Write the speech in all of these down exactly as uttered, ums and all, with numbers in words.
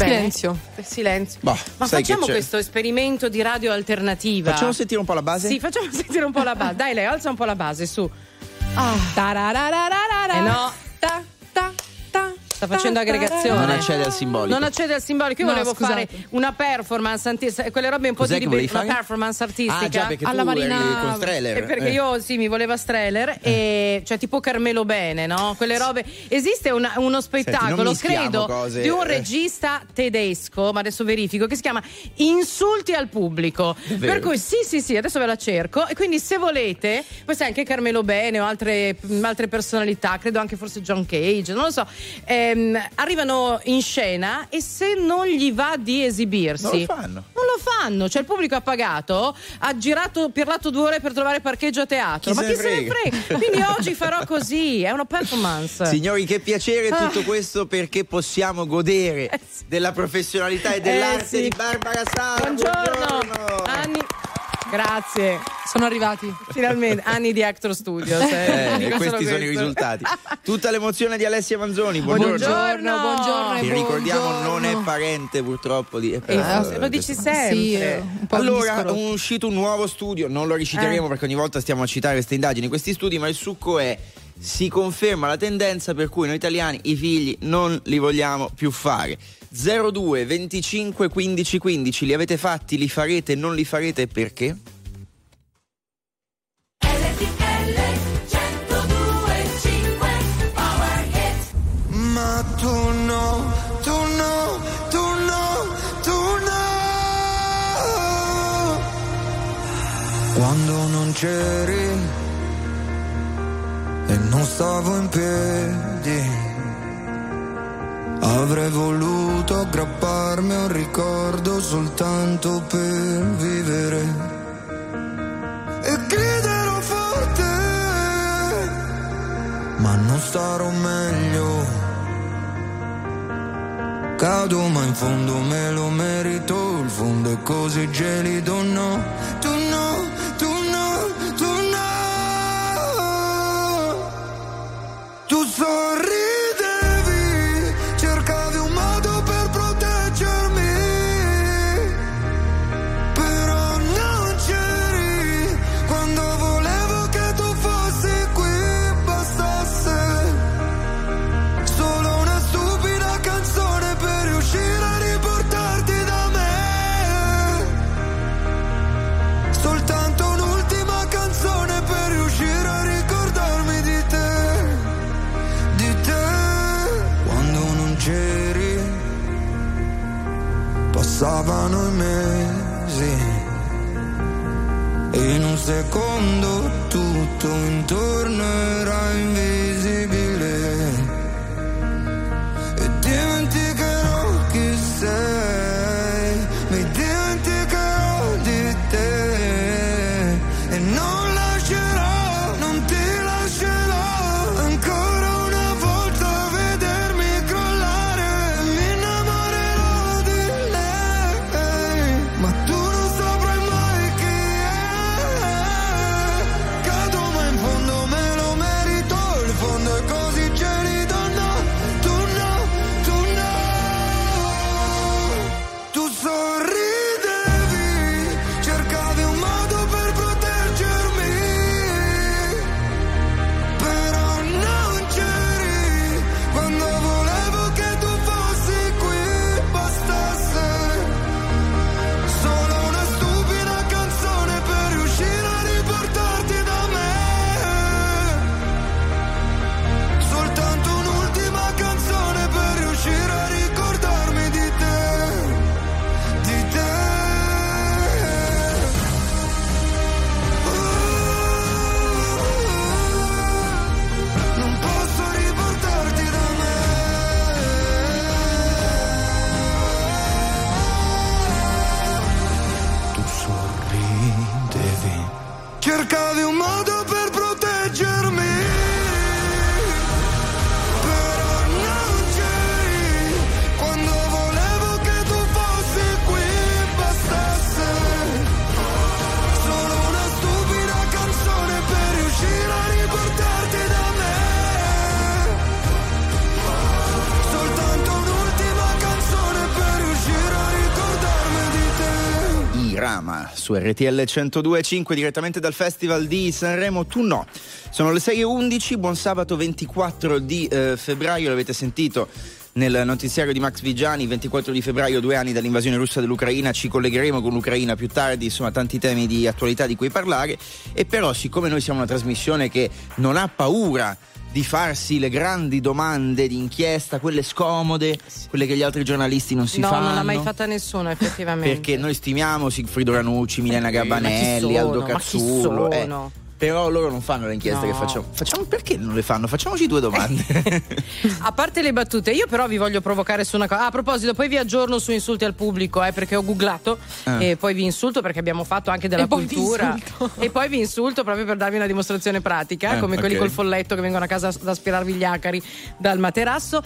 Silenzio. Silenzio. Boh, Ma sai facciamo che c'è? questo esperimento di radio alternativa. Facciamo sentire un po' la base? Sì, facciamo sentire un po' la base. Dai, lei, alza un po' la base, su. Ah. Eh no. Ta, ta, ta. Sta facendo aggregazione. Non accede al simbolico. Non accede al simbolico. Io No, volevo scusate. fare una performance artistica, quelle robe un po' Cos'è di che liber- volevi una fare? performance artistica. Ah, già, perché Alla tu Marina- eri con Streller. E perché Eh. io sì, mi voleva Streller, e cioè tipo Carmelo Bene, no? Quelle robe. Esiste una- uno spettacolo, non mischiamo credo, cose, di un eh. regista tedesco, ma adesso verifico, che si chiama Insulti al pubblico. Davvero? Per cui sì, sì, sì, adesso ve la cerco. E quindi se volete, poi sai anche Carmelo Bene o altre, altre personalità, credo anche forse John Cage, non lo so, ehm, arrivano in scena e se non gli va di esibirsi, Non lo fanno. non lo fanno, cioè il pubblico ha pagato, ha girato, pirlato due ore per trovare parcheggio a teatro, Chi ma se chi ne se ne frega? frega? Quindi oggi farò così, è una performance. Signori, che piacere Ah. tutto questo, perché possiamo godere Eh sì. della professionalità e dell'arte Eh sì. di Barbara Sala. Buongiorno. Buongiorno. Anni, grazie. Sono arrivati. Finalmente, anni di Actor Studios. Eh, Eh, dico e questi solo sono i questo. risultati. Tutta l'emozione di Alessia Manzoni. Buongiorno. Buongiorno. buongiorno. Che e ricordiamo buongiorno. non è parente purtroppo di. Eh, eh, lo dici adesso- sempre. Sì, eh, un po' Allora, discoro. è uscito un nuovo studio, non lo riciteremo Eh. perché ogni volta stiamo a citare queste indagini, questi studi, ma il succo è: si conferma la tendenza per cui noi italiani i figli non li vogliamo più fare. zero due venticinque quindici quindici, li avete fatti, li farete, non li farete, perché? Ma tu no, tu no, tu no, tu no. Quando non c'eri e non stavo in piedi, avrei voluto aggrapparmi a un ricordo soltanto per vivere e griderò forte, ma non starò meglio. Cado ma in fondo me lo merito, il fondo è così gelido, no, tu no, tu no, tu no. Tu sorridevi, cercavi un modo per proteggermi, però non c'eri quando volevo che tu fossi qui, bastasse solo una stupida canzone per riuscire a riportarti da me, soltanto un'ultima canzone per riuscire a ricordarmi di te, di te. Quando non c'eri passavano i mesi e in un secondo tutto intorno era invisibile e dimenticherò chi sei, mi dimenticherò di te e non lascerò, non ti lascerò ancora una volta vedermi crollare, mi innamorerò di lei, ma tu non saprai mai chi è. Cado ma in fondo me lo merito, il fondo è così gelido, no, tu no, tu no. Tu sorridevi, cercavi un modo per proteggermi, però non c'eri quando volevo che tu fossi qui, bastasse solo una stupida canzone per riuscire a riportarti da me, soltanto un'ultima canzone per riuscire a ricordarmi di te, di te. Non posso riportarti da me. Tu sorridevi, cercavi un modo per proteggermi, però non c'eri quando volevo che tu fossi qui, bastasse solo una stupida canzone per riuscire a riportarti da me, soltanto un'ultima canzone per su R T L centodue e cinque direttamente dal Festival di Sanremo. Tu no. Sono le sei e undici, buon sabato ventiquattro di eh, febbraio, l'avete sentito nel notiziario di Max Vigiani, ventiquattro di febbraio, due anni dall'invasione russa dell'Ucraina. Ci collegheremo con l'Ucraina più tardi, insomma tanti temi di attualità di cui parlare. E però, siccome noi siamo una trasmissione che non ha paura di farsi le grandi domande di inchiesta, quelle scomode, quelle che gli altri giornalisti non si no, fanno. No, non l'ha mai fatta nessuno, effettivamente. Perché noi stimiamo Sigfrido Ranucci, Milena Gabanelli, sono, Aldo Cazzullo. Ma chi Eh, sono? però loro non fanno le inchieste No. che facciamo. Facciamo perché non le fanno? Facciamoci due domande. A parte le battute, io però vi voglio provocare su una cosa. Ah, a proposito, poi vi aggiorno su insulti al pubblico, eh, perché ho googlato Ah. e poi vi insulto perché abbiamo fatto anche della E poi vi cultura. insulto. E poi vi insulto proprio per darvi una dimostrazione pratica, Eh, come quelli ok. col folletto che vengono a casa ad aspirarvi gli acari dal materasso.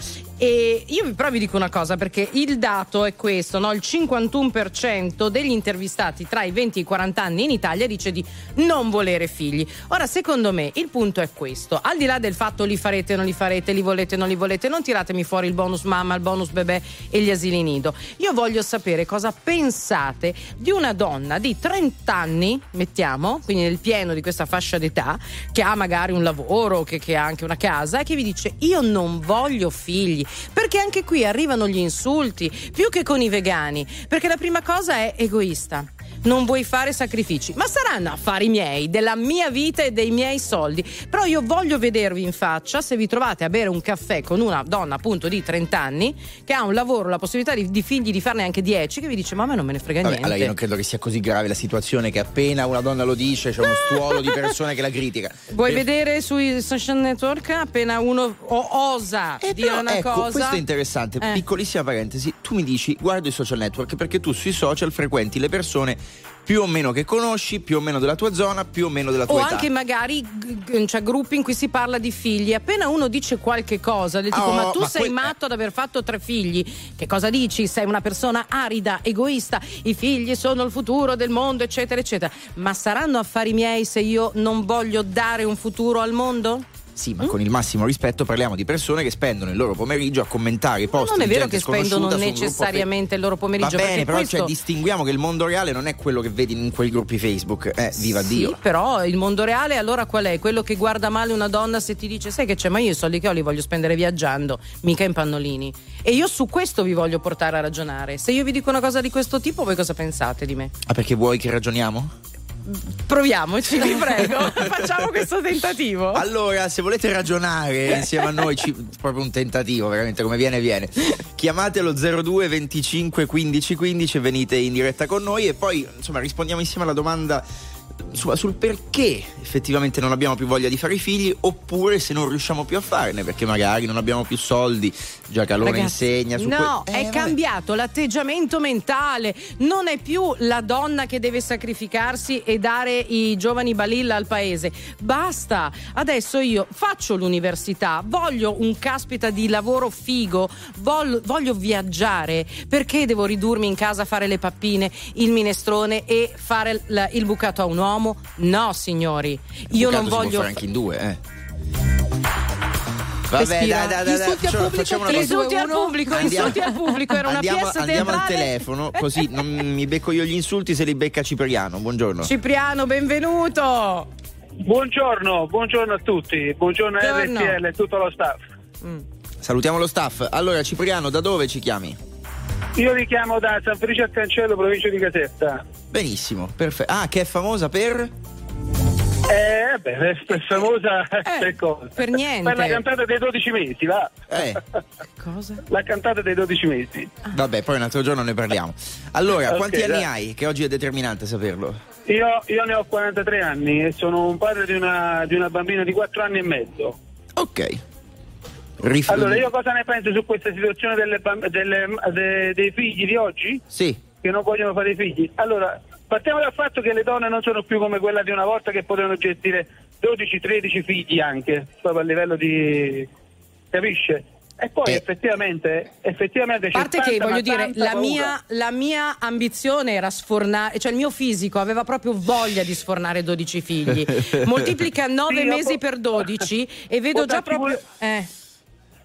E io però vi dico una cosa, perché il dato è questo, no? Il cinquantuno per cento degli intervistati tra i venti e i quaranta anni in Italia dice di non volere figli. Ora, secondo me il punto è questo: al di là del fatto li farete o non li farete, li volete o non li volete, non tiratemi fuori il bonus mamma, il bonus bebè e gli asili nido. Io voglio sapere cosa pensate di una donna di trenta anni, mettiamo, quindi nel pieno di questa fascia d'età, che ha magari un lavoro, che, che ha anche una casa, e che vi dice io non voglio figli. Perché anche qui arrivano gli insulti, più che con i vegani, perché la prima cosa è egoista. Non vuoi fare sacrifici, ma saranno affari miei, della mia vita e dei miei soldi. Però io voglio vedervi in faccia se vi trovate a bere un caffè con una donna appunto di trenta anni che ha un lavoro, la possibilità di, di figli, di farne anche dieci, che vi dice ma a me non me ne frega Vabbè, niente. allora io non credo che sia così grave la situazione che appena una donna lo dice c'è uno stuolo di persone che la critica. Vuoi Per- vedere sui social network appena uno o- osa Eh, dire però, una ecco, cosa? questo è interessante. Eh. Piccolissima parentesi, tu mi dici guardo i social network perché tu sui social frequenti le persone più o meno che conosci, più o meno della tua zona, più o meno della tua O età. anche magari g- g- cioè, gruppi in cui si parla di figli. Appena uno dice qualche cosa del tipo Oh, ma tu ma sei que- matto ad aver fatto tre figli, che cosa dici? Sei una persona arida, egoista, i figli sono il futuro del mondo, eccetera eccetera. Ma saranno affari miei se io non voglio dare un futuro al mondo? Sì, ma con il massimo rispetto parliamo di persone che spendono il loro pomeriggio a commentare i post Non è di vero gente che spendono sconosciuta su un gruppo necessariamente il loro pomeriggio. Va bene, perché però questo... cioè, distinguiamo che il mondo reale non è quello che vedi in quei gruppi Facebook. Eh, viva Sì, Dio. però il mondo reale allora qual è? Quello che guarda male una donna se ti dice sai che c'è, ma io i soldi che ho li voglio spendere viaggiando, mica in pannolini. E io su questo vi voglio portare a ragionare. Se io vi dico una cosa di questo tipo, voi cosa pensate di me? Ah, perché vuoi che ragioniamo? Proviamoci, vi prego. Facciamo questo tentativo. Allora, se volete ragionare insieme a noi, ci, proprio un tentativo, veramente come viene viene. Chiamate lo zero due venticinque quindici quindici e venite in diretta con noi e poi insomma rispondiamo insieme alla domanda su- sul perché effettivamente non abbiamo più voglia di fare i figli, oppure se non riusciamo più a farne perché magari non abbiamo più soldi. Giacalone Ragazzi, insegna su no, que- è Eh, vabbè. cambiato l'atteggiamento mentale. Non è più la donna che deve sacrificarsi e dare i giovani balilla al paese. Basta. Adesso io faccio l'università, voglio un caspita di lavoro figo, vol- voglio viaggiare. Perché devo ridurmi in casa a fare le pappine, il minestrone e fare l- il bucato a un uomo? No, signori. Io Bucato non si può voglio fare anche in due, eh. Vabbè, Respira. dai, dai, dai, Insulti al facciamo- pubblico, facciamo una tre, cosa. due, insulti al uno. pubblico, Andiamo- insulti al pubblico, era una andiamo, pièce andiamo al teatrale. telefono, così non mi becco io gli insulti se li becca Cipriano. Buongiorno. Cipriano, benvenuto. Buongiorno, buongiorno a tutti, buongiorno a Buongiorno. R T L e tutto lo staff. Salutiamo lo staff. Allora, Cipriano, da dove ci chiami? Io vi chiamo da San Felice al Cancello, provincia di Caserta. Benissimo, perfetto. Ah, che è famosa per? Eh, beh, è famosa per cosa? per niente. Per la cantata dei dodici mesi, va? Eh, Cosa? La cantata dei dodici mesi. vabbè, poi un altro giorno ne parliamo. Allora, Ok, quanti anni dai. hai? Che oggi è determinante saperlo. Io, io ne ho quarantatré anni e sono un padre di una, di una bambina di quattro anni e mezzo. Ok. Rif- Allora, io cosa ne penso su questa situazione delle bamb- delle- de- dei figli di oggi? Sì. Che non vogliono fare i figli. Allora, partiamo dal fatto che le donne non sono più come quella di una volta che potevano gestire dodici tredici figli anche, proprio a livello di... capisce? E poi Eh. effettivamente, effettivamente A c'è parte che tanta, voglio ma dire, tanta la paura. mia, la mia ambizione era sfornare, cioè il mio fisico aveva proprio voglia di sfornare dodici figli. Moltiplica nove Sì, io mesi po- per dodici e vedo può già darsi proprio. pure- Eh.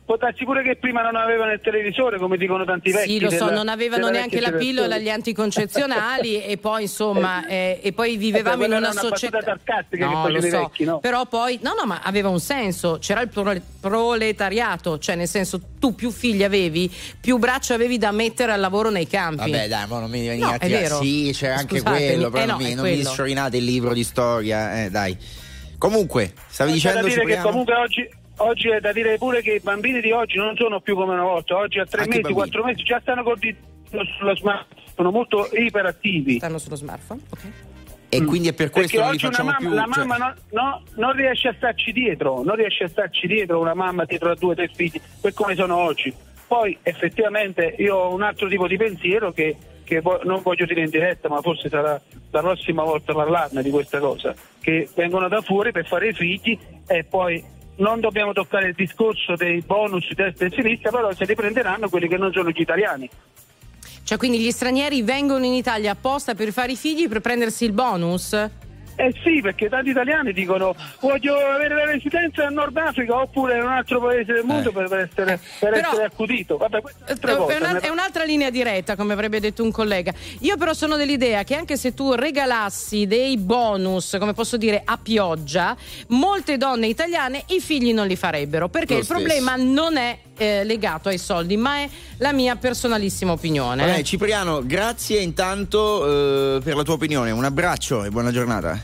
può darsi pure che prima non avevano il televisore, come dicono tanti vecchi. Sì, lo so, della, non avevano neanche la pillola, gli anticoncezionali e poi insomma eh, e poi vivevamo eh, in una, una società sarcastica, no, che lo so, so, vecchi, no? Però poi no no ma aveva un senso, c'era il prole- proletariato, cioè nel senso tu più figli avevi, più braccia avevi da mettere al lavoro nei campi. Vabbè dai, ma non mi veniva No, a è tirare. vero. Sì, c'era anche Scusatemi, quello, però eh, non, no, mi, è non mi quello. sciorinate il libro di storia, eh, dai. Comunque, stavi C'è dicendo da dire che Cipriano? comunque oggi, oggi è da dire pure che i bambini di oggi non sono più come una volta. Oggi a tre Anche i mesi, bambini. quattro mesi già stanno con di- sullo smartphone, sono molto iperattivi. Stanno sullo smartphone, ok. E quindi è per questo Perché non li oggi una facciamo mamma, più. la cioè- mamma no, no, non riesce a starci dietro, non riesce a starci dietro una mamma dietro a due o tre figli, per come sono oggi. Poi effettivamente io ho un altro tipo di pensiero che, che vo- non voglio dire in diretta, ma forse sarà la prossima volta parlarne di questa cosa, che vengono da fuori per fare i figli e poi non dobbiamo toccare il discorso dei bonus di destra e sinistra, però se li prenderanno quelli che non sono gli italiani. Cioè quindi gli stranieri vengono in Italia apposta per fare i figli, per prendersi il bonus? Eh sì, perché tanti italiani dicono voglio avere la residenza in Nord Africa oppure in un altro paese del mondo Eh. per, per essere, per Però- essere accudito. Vabbè, questa è altra È, cosa. una- Ne- è un'altra linea diretta, come avrebbe detto un collega. Io però sono dell'idea che anche se tu regalassi dei bonus, come posso dire, a pioggia, molte donne italiane i figli non li farebbero, perché Lo il stesso. problema non è eh, legato ai soldi, ma è la mia personalissima opinione. Vabbè, Cipriano, grazie intanto eh, per la tua opinione. Un abbraccio e buona giornata.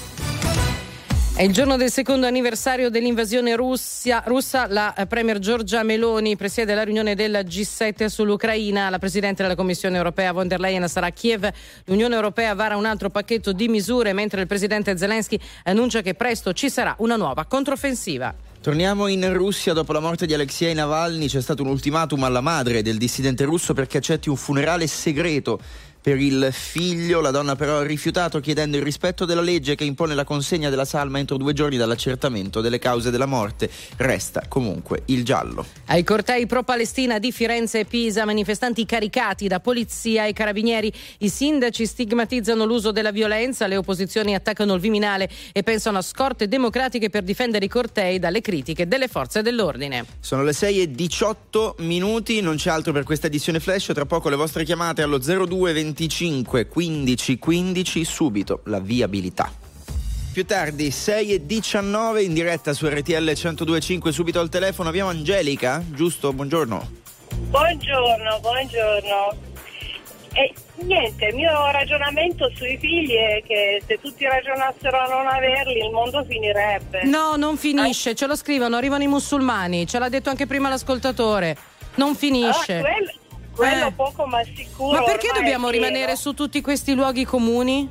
È il giorno del secondo anniversario dell'invasione russia, russa. La eh, premier Giorgia Meloni presiede la riunione del G sette sull'Ucraina. La presidente della Commissione europea von der Leyen sarà a Kiev. L'Unione europea vara un altro pacchetto di misure, mentre il presidente Zelensky annuncia che presto ci sarà una nuova controffensiva. Torniamo in Russia. Dopo la morte di Alexei Navalny c'è stato un ultimatum alla madre del dissidente russo perché accetti un funerale segreto per il figlio. La donna però ha rifiutato, chiedendo il rispetto della legge che impone la consegna della salma entro due giorni dall'accertamento delle cause della morte. Resta comunque il giallo. Ai cortei pro-Palestina di Firenze e Pisa, manifestanti caricati da polizia e carabinieri. I sindaci stigmatizzano l'uso della violenza, le opposizioni attaccano il Viminale e pensano a scorte democratiche per difendere i cortei dalle critiche delle forze dell'ordine. Sono le sei e diciotto minuti, non c'è altro per questa edizione flash. Tra poco le vostre chiamate allo zero due venticinque quindici quindici, subito la viabilità. Più tardi sei e diciannove in diretta su R T L centodue e cinque, subito al telefono abbiamo Angelica, giusto? Buongiorno. Buongiorno, buongiorno. E niente, il mio ragionamento sui figli è che se tutti ragionassero a non averli il mondo finirebbe. No, non finisce, ce lo scrivono, arrivano i musulmani, ce l'ha detto anche prima l'ascoltatore. Non finisce. Ah, quello quello Eh. poco ma sicuro. Ma perché ormai dobbiamo è pieno. rimanere su tutti questi luoghi comuni?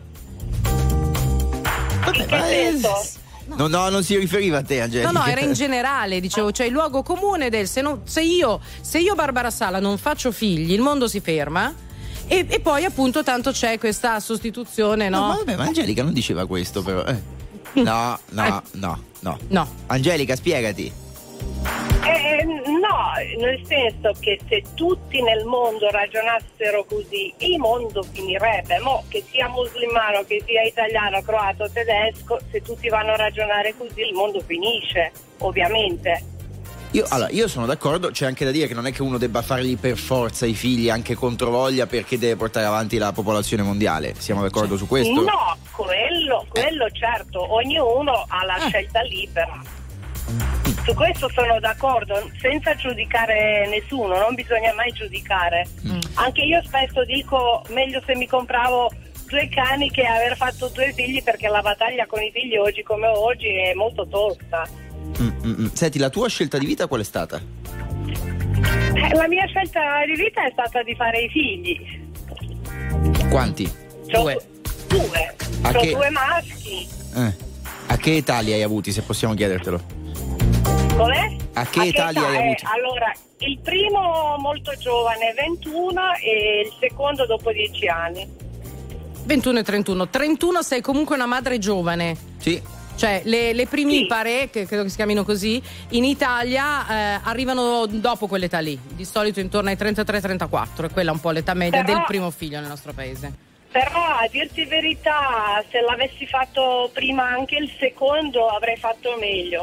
In che Ma, eh, senso? No, no, non si riferiva a te, Angelica. No, no, era in generale, dicevo, cioè il luogo comune del se, non, se io se io Barbara Sala non faccio figli, il mondo si ferma. E, e poi appunto tanto c'è questa sostituzione, no? No, ma vabbè, ma Angelica non diceva questo però. Eh. No, no, no, no. No. Angelica, spiegati. Eh, no, nel senso che se tutti nel mondo ragionassero così il mondo finirebbe. Mo che sia musulmano, che sia italiano, croato, tedesco, se tutti vanno a ragionare così il mondo finisce, ovviamente. Io, allora, io sono d'accordo, c'è anche da dire che non è che uno debba fargli per forza i figli anche controvoglia perché deve portare avanti la popolazione mondiale. Siamo d'accordo su questo? No, quello, quello certo, ognuno ha la scelta libera. Su questo sono d'accordo, senza giudicare nessuno, non bisogna mai giudicare. Mm. Anche io spesso dico meglio se mi compravo due cani che aver fatto due figli, perché la battaglia con i figli oggi come oggi è molto tosta. Mm, mm, mm. Senti, la tua scelta di vita qual è stata? Eh, la mia scelta di vita è stata di fare i figli. Quanti? C'ho Due. Due. A C'ho che- due maschi. Eh. A che età li hai avuti, se possiamo chiedertelo? Com'è? A che età li hai Eh, avuti? allora, il primo molto giovane, ventuno, e il secondo dopo dieci anni. ventuno e trentuno. trentuno sei comunque una madre giovane. Sì. Cioè le, le primipare, Sì. che credo che si chiamino così, in Italia eh, arrivano dopo quell'età lì, di solito intorno ai trentatré trentaquattro, è quella un po' l'età media Però- del primo figlio nel nostro paese. Però a dirti verità, se l'avessi fatto prima anche il secondo avrei fatto meglio.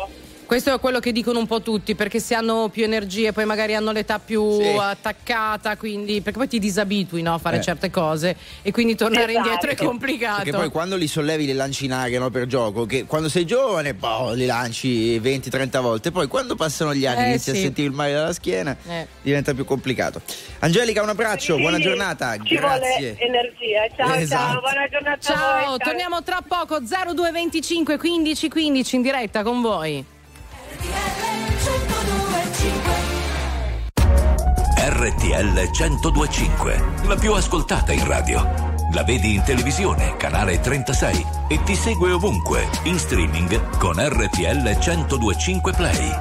Questo è quello che dicono un po' tutti, perché se hanno più energie poi magari hanno l'età più Sì. attaccata, quindi perché poi ti disabitui, no, a fare Eh. certe cose e quindi tornare Esatto. indietro è complicato. Perché poi quando li sollevi li lanci in aria, no, per gioco, che quando sei giovane boh, li lanci venti trenta volte, poi quando passano gli anni Eh, inizi sì. a sentire il male dalla schiena, Eh. diventa più complicato. Angelica, un abbraccio, Sì, buona giornata, ci grazie. vuole energia. Ciao, Esatto. ciao, buona giornata a Ciao, voi. torniamo tra poco. Zero due venticinque quindici quindici in diretta con voi. R T L centodue e cinque, la più ascoltata in radio. La vedi in televisione, canale trentasei, e ti segue ovunque, in streaming con R T L centodue e cinque Play.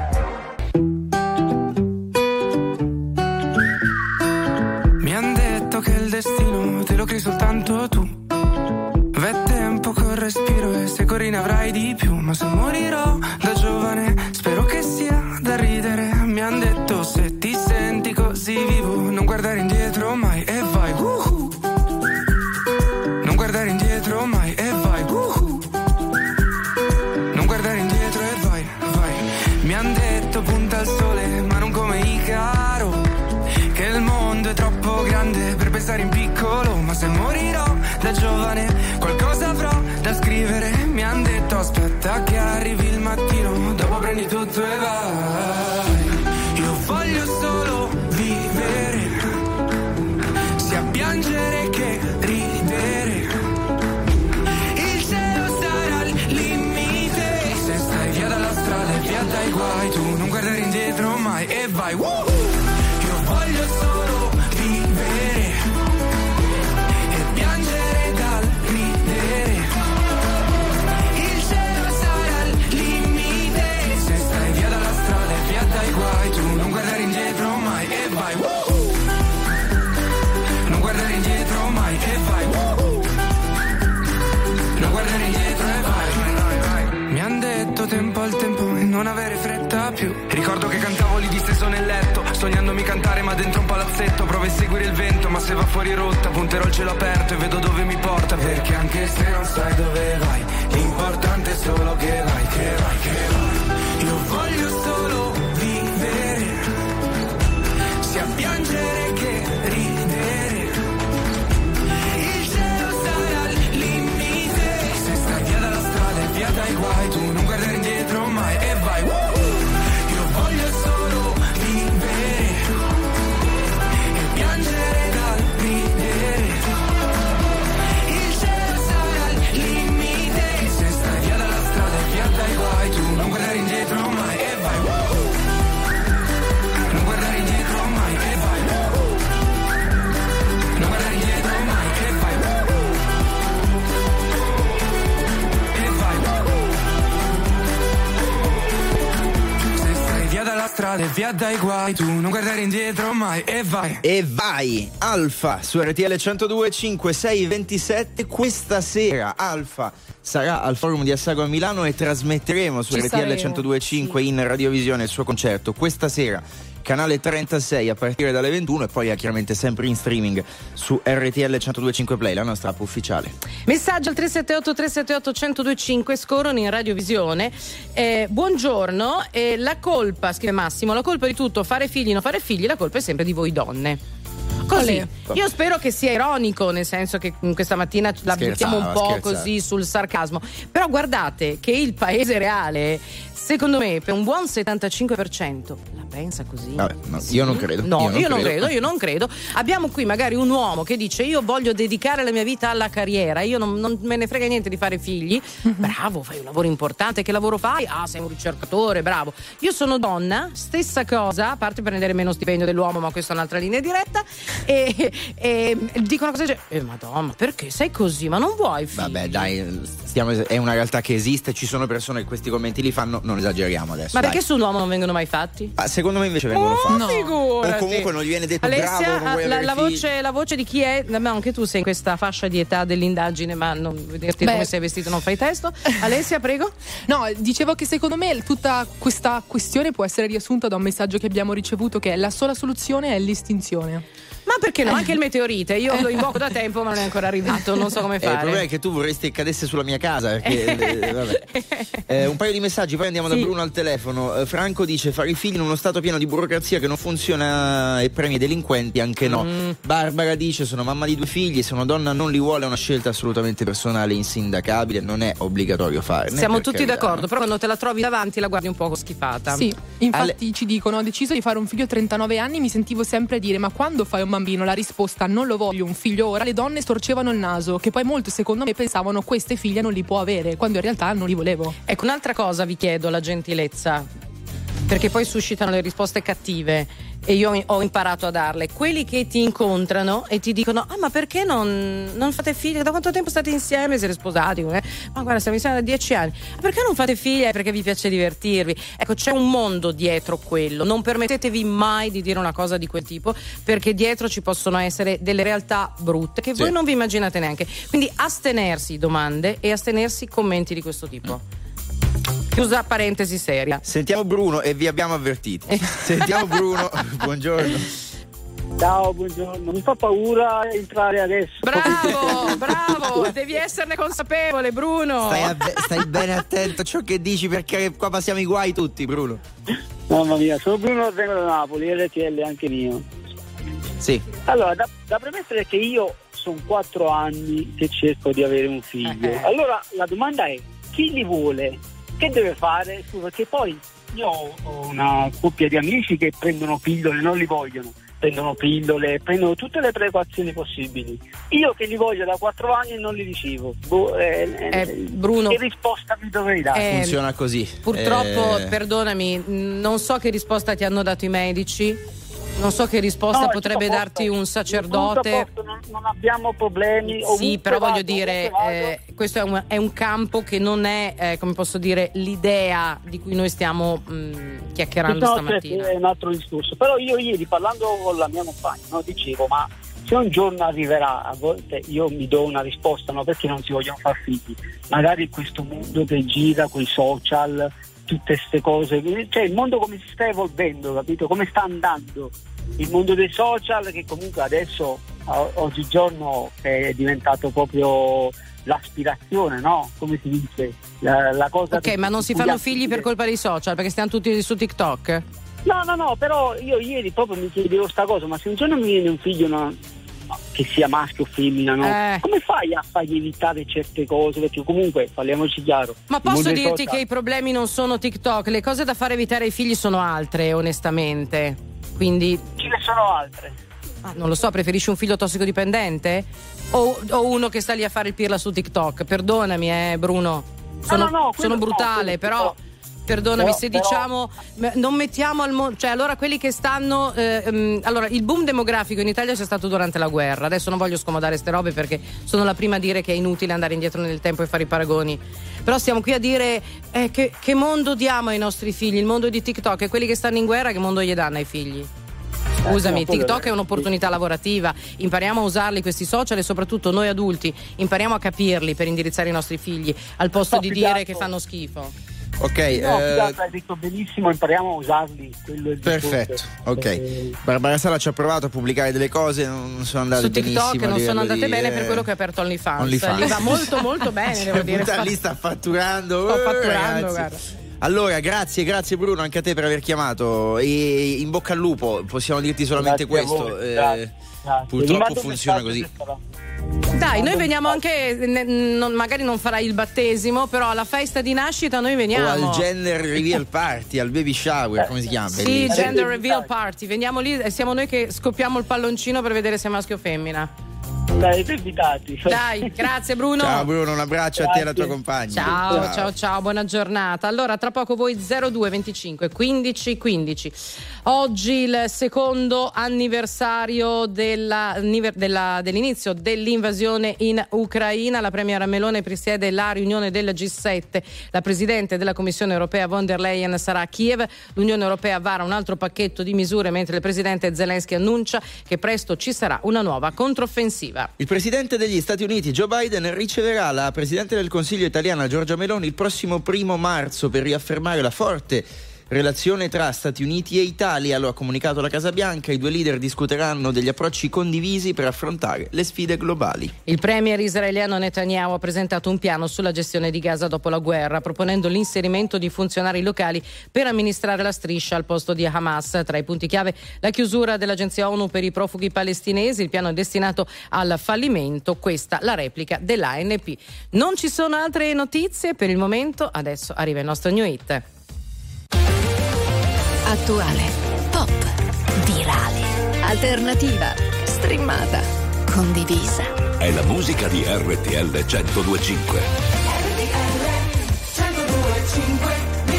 Mi han detto che il destino te lo crei soltanto tu. V'è tempo col respiro e se corri ne avrai di più. Ma se morirò da giovane spero che sia da ridere. Mi han detto se ti senti così vivo non guardare indietro mai e vai uhu. Non guardare indietro mai e vai uhu. Non guardare indietro e vai, vai. Mi han detto punta al sole ma non come Icaro, che il mondo è troppo grande per pensare in piccolo. Ma se morirò da giovane qualcosa avrò da scrivere. Mi han detto aspetta che arrivi il mattino, dopo prendi tutto e vai. Io voglio solo vivere, sia piangere che ridere. Il cielo sarà al limite, se stai via dalla strada e via dai guai. Tu non guardare indietro mai e vai. Woohoo! Io voglio solo vivere e piangere dal ridere. Il cielo sarà al limite, se stai via dalla strada e via dai guai. Tu non guardare indietro mai e vai. Woohoo! Non guardare indietro mai e vai. Woohoo! Non guardare indietro e vai. Mi han detto tempo al tempo e non avere fretta più. Ricordo che cantavo lì disteso nel letto, sognandomi cantare ma dentro un palazzetto. Provo a seguire il vento ma se va fuori rotta punterò il cielo aperto e vedo dove mi porta. Perché anche se non sai dove vai, l'importante è solo che vai, che vai, che vai. Io voglio solo vivere, sia piangere che ridere. Il cielo sarà al limite, se stai via dalla strada e via dai guai. Tu non guardare indietro mai e vai. Woohoo! Io voglio solo vivere e piangere dal ridere. Il cielo sarà al limite, se stai via dalla strada e via dai guai. Tu non guardare indietro mai e vai. Woohoo! Non guardare indietro mai e vai. Woohoo! Non guardare indietro mai e vai. Woohoo! E vai. Woohoo! Se stai via dalla strada e via dai guai. Tu non guardare indietro mai e vai. E vai, Alfa su R T L centodue e cinque, sei e ventisette. Questa sera Alfa sarà al Forum di Assago a Milano e trasmetteremo su Ci R T L saremo, centodue e cinque sì. in radiovisione il suo concerto. Questa sera canale trentasei a partire dalle ventuno e poi chiaramente sempre in streaming su R T L centodue e cinque Play, la nostra app ufficiale. Messaggio al tre sette otto tre sette otto uno zero due cinque, scorrono in radiovisione. Eh, buongiorno, eh, la colpa, scrive Massimo, la colpa di tutto, fare figli, non fare figli, la colpa è sempre di voi donne. Così, Olè. io spero che sia ironico, nel senso che questa mattina la buttiamo un po' scherzava. così sul sarcasmo. Però guardate che il paese reale, secondo me, per un buon settantacinque per cento la pensa così. Vabbè, no, io non credo. No, Io io non non, credo. credo, io non credo. Abbiamo qui magari un uomo che dice io voglio dedicare la mia vita alla carriera, io non, non me ne frega niente di fare figli. Bravo, fai un lavoro importante, che lavoro fai? Ah, sei un ricercatore, bravo. Io sono donna, stessa cosa, a parte prendere meno stipendio dell'uomo, ma questa è un'altra linea diretta. E, e dico una cosa del genere, eh madonna, ma perché sei così? Ma non vuoi figli? Vabbè, dai, stiamo, è una realtà che esiste, ci sono persone che questi commenti li fanno, non esageriamo adesso. Ma dai. perché sull'uomo non vengono mai fatti? Ah, secondo me invece vengono Oh, fatti. No. figurati. O comunque non gli viene detto Alessia, bravo, non vuoi la, avere la, figli. voce, la voce di chi è? No, anche tu sei in questa fascia di età dell'indagine, ma non vederti Beh. come sei vestito non fai testo. Alessia, prego. No, dicevo che secondo me tutta questa questione può essere riassunta da un messaggio che abbiamo ricevuto, che è la sola soluzione è l'estinzione. Ma perché no? Anche il meteorite, io lo invoco da tempo ma non è ancora arrivato, non so come fare. Eh, il problema è che tu vorresti che cadesse sulla mia casa perché, eh, vabbè. Eh, un paio di messaggi, poi andiamo sì. da Bruno al telefono. eh, Franco dice: fare i figli in uno stato pieno di burocrazia che non funziona e premia i delinquenti, anche no. mm. Barbara dice: sono mamma di due figli, se una donna non li vuole è una scelta assolutamente personale e insindacabile, non è obbligatorio farne. Siamo tutti carità, d'accordo, no? però quando te la trovi davanti la guardi un po' schifata. Sì, infatti Ale... ci dicono: ho deciso di fare un figlio a trentanove anni, mi sentivo sempre dire: ma quando fai un bambino? La risposta: non lo voglio un figlio ora. Le donne storcevano il naso, che poi molto secondo me pensavano: queste figlie non li può avere, quando in realtà non li volevo. Ecco, un'altra cosa vi chiedo, la gentilezza, perché poi suscitano le risposte cattive e io ho imparato a darle. Quelli che ti incontrano e ti dicono: ah, ma perché non, non fate figli? Da quanto tempo state insieme? Siete sposati? Eh? Ma guarda, stiamo insieme da dieci anni. Ma perché non fate figli? Perché vi piace divertirvi. Ecco, c'è un mondo dietro quello. Non permettetevi mai di dire una cosa di quel tipo, perché dietro ci possono essere delle realtà brutte che sì. voi non vi immaginate neanche. Quindi astenersi domande e astenersi commenti di questo tipo. Chiusa parentesi seria. Sentiamo Bruno e vi abbiamo avvertiti. Sentiamo Bruno, buongiorno. Ciao, buongiorno. Mi fa paura entrare adesso. Bravo, bravo, devi esserne consapevole, Bruno. Stai, a, stai bene attento a ciò che dici, perché qua passiamo i guai tutti, Bruno. Mamma mia, sono Bruno, vengo da Napoli, R T L anche mio. Sì. Allora, da, da premettere che io sono quattro anni che cerco di avere un figlio. Eh. Allora, la domanda è: chi li vuole? Che deve fare? Perché poi io ho una coppia di amici che prendono pillole, non li vogliono, prendono pillole, prendono tutte le precauzioni possibili. Io che li voglio da quattro anni e non li ricevo. Boh, eh, eh, Bruno, che risposta mi dovrei dare? Eh, Funziona così. Purtroppo, eh... perdonami, non so che risposta ti hanno dato i medici. Non so che risposta no, potrebbe darti un sacerdote. Non, non abbiamo problemi. Sì, però vado, voglio dire, eh, questo è un, è un campo che non è, eh, come posso dire, l'idea di cui noi stiamo mh, chiacchierando no, stamattina. È un altro discorso. Però io ieri, parlando con la mia compagna, no, dicevo: ma se un giorno arriverà, a volte io mi do una risposta, no, perché non si vogliono far figli. Magari questo mondo che gira, quei social, tutte queste cose, cioè il mondo come si sta evolvendo, capito? Come sta andando il mondo dei social, che comunque adesso oggigiorno è diventato proprio l'aspirazione, no? Come si dice, la, la cosa. Ok, ma non si fanno figli per colpa dei social, perché stiamo tutti su TikTok? No, no, no, però io ieri proprio mi chiedevo sta cosa: ma se un giorno mi viene un figlio, no, che sia maschio o femmina, no? Eh. Come fai a fargli evitare certe cose? Perché comunque, parliamoci chiaro. Ma posso dirti social... che i problemi non sono TikTok, le cose da fare evitare ai figli sono altre, onestamente. Quindi. Ce ne sono altre. Ah, non lo so, preferisci un figlio tossicodipendente? O, o uno che sta lì a fare il pirla su TikTok? Perdonami, eh, Bruno. Sono, no, no, no, sono brutale, no, però. Perdonami, però, se però... diciamo non mettiamo al mondo, cioè allora quelli che stanno eh, um, allora il boom demografico in Italia c'è stato durante la guerra. Adesso non voglio scomodare ste robe perché sono la prima a dire che è inutile andare indietro nel tempo e fare i paragoni, però stiamo qui a dire eh, che, che mondo diamo ai nostri figli, il mondo di TikTok, e quelli che stanno in guerra che mondo gli danno ai figli? Scusami, TikTok è un'opportunità lavorativa, impariamo a usarli questi social e soprattutto noi adulti impariamo a capirli per indirizzare i nostri figli al posto no, di pigliato. dire che fanno schifo. Ok, no, eh... hai detto benissimo, impariamo a usarli. Quello è il perfetto, discorso. ok. Eh... Barbara Sala ci ha provato a pubblicare delle cose, non sono andate su TikTok, benissimo. non sono andate di, bene eh... per quello che ha aperto OnlyFans. OnlyFans. Gli va molto molto bene, devo dire. Fa... lì sta fatturando. Sto eh, fatturando, ragazzi. guarda. Allora, grazie, grazie Bruno anche a te per aver chiamato e in bocca al lupo, possiamo dirti solamente grazie questo. Voi, eh, grazie, grazie. Purtroppo funziona così. Dai, noi veniamo anche, ne, non, magari non farai il battesimo, però alla festa di nascita noi veniamo. O al gender reveal party, al baby shower, come si chiama? Sì, Bellissimo. gender reveal party. Veniamo lì e siamo noi che scoppiamo il palloncino per vedere se è maschio o femmina. Dai, invitati. Dai, grazie Bruno. Ciao Bruno, un abbraccio grazie. a te e alla tua compagna. Ciao, ciao, ciao, ciao, buona giornata. Allora, tra poco voi zero due venticinque quindici quindici. Oggi il secondo anniversario della, della, dell'inizio dell'invasione in Ucraina. La premiera Meloni presiede la riunione del G sette. La presidente della Commissione europea von der Leyen sarà a Kiev. L'Unione europea vara un altro pacchetto di misure, mentre il presidente Zelensky annuncia che presto ci sarà una nuova controffensiva. Il presidente degli Stati Uniti Joe Biden riceverà la presidente del Consiglio italiana Giorgia Meloni il prossimo primo marzo per riaffermare la forte relazione tra Stati Uniti e Italia, lo ha comunicato la Casa Bianca. I due leader discuteranno degli approcci condivisi per affrontare le sfide globali. Il premier israeliano Netanyahu ha presentato un piano sulla gestione di Gaza dopo la guerra, proponendo l'inserimento di funzionari locali per amministrare la striscia al posto di Hamas. Tra i punti chiave la chiusura dell'agenzia ONU per i profughi palestinesi. Il piano è destinato al fallimento. Questa la replica dell'A N P. Non ci sono altre notizie per il momento. Adesso arriva il nostro New Hit. Attuale, pop, virale, alternativa, streamata, condivisa. È la musica di R T L centodue e cinque. R T L centodue e cinque.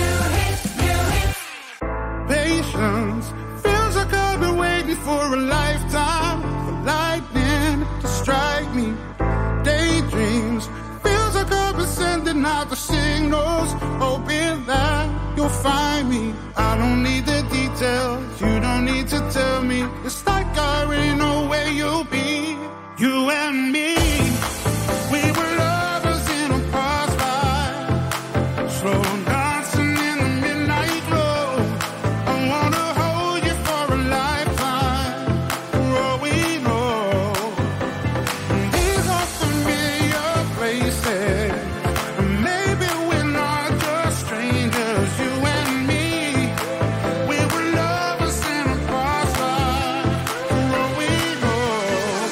Patience feels like I've been waiting for a lifetime, for lightning to strike me. Daydreams feels like I've been sending out the signals, hoping that you'll find me. I don't need the details, you don't need to tell me. It's like I already know where you'll be. You and me, we were lovers in a past life, slow dancing in the midnight glow. I wanna hold you for a lifetime, for all we know. These are familiar places, and maybe we're not just strangers. You and me, we were lovers in a past life, for all we know.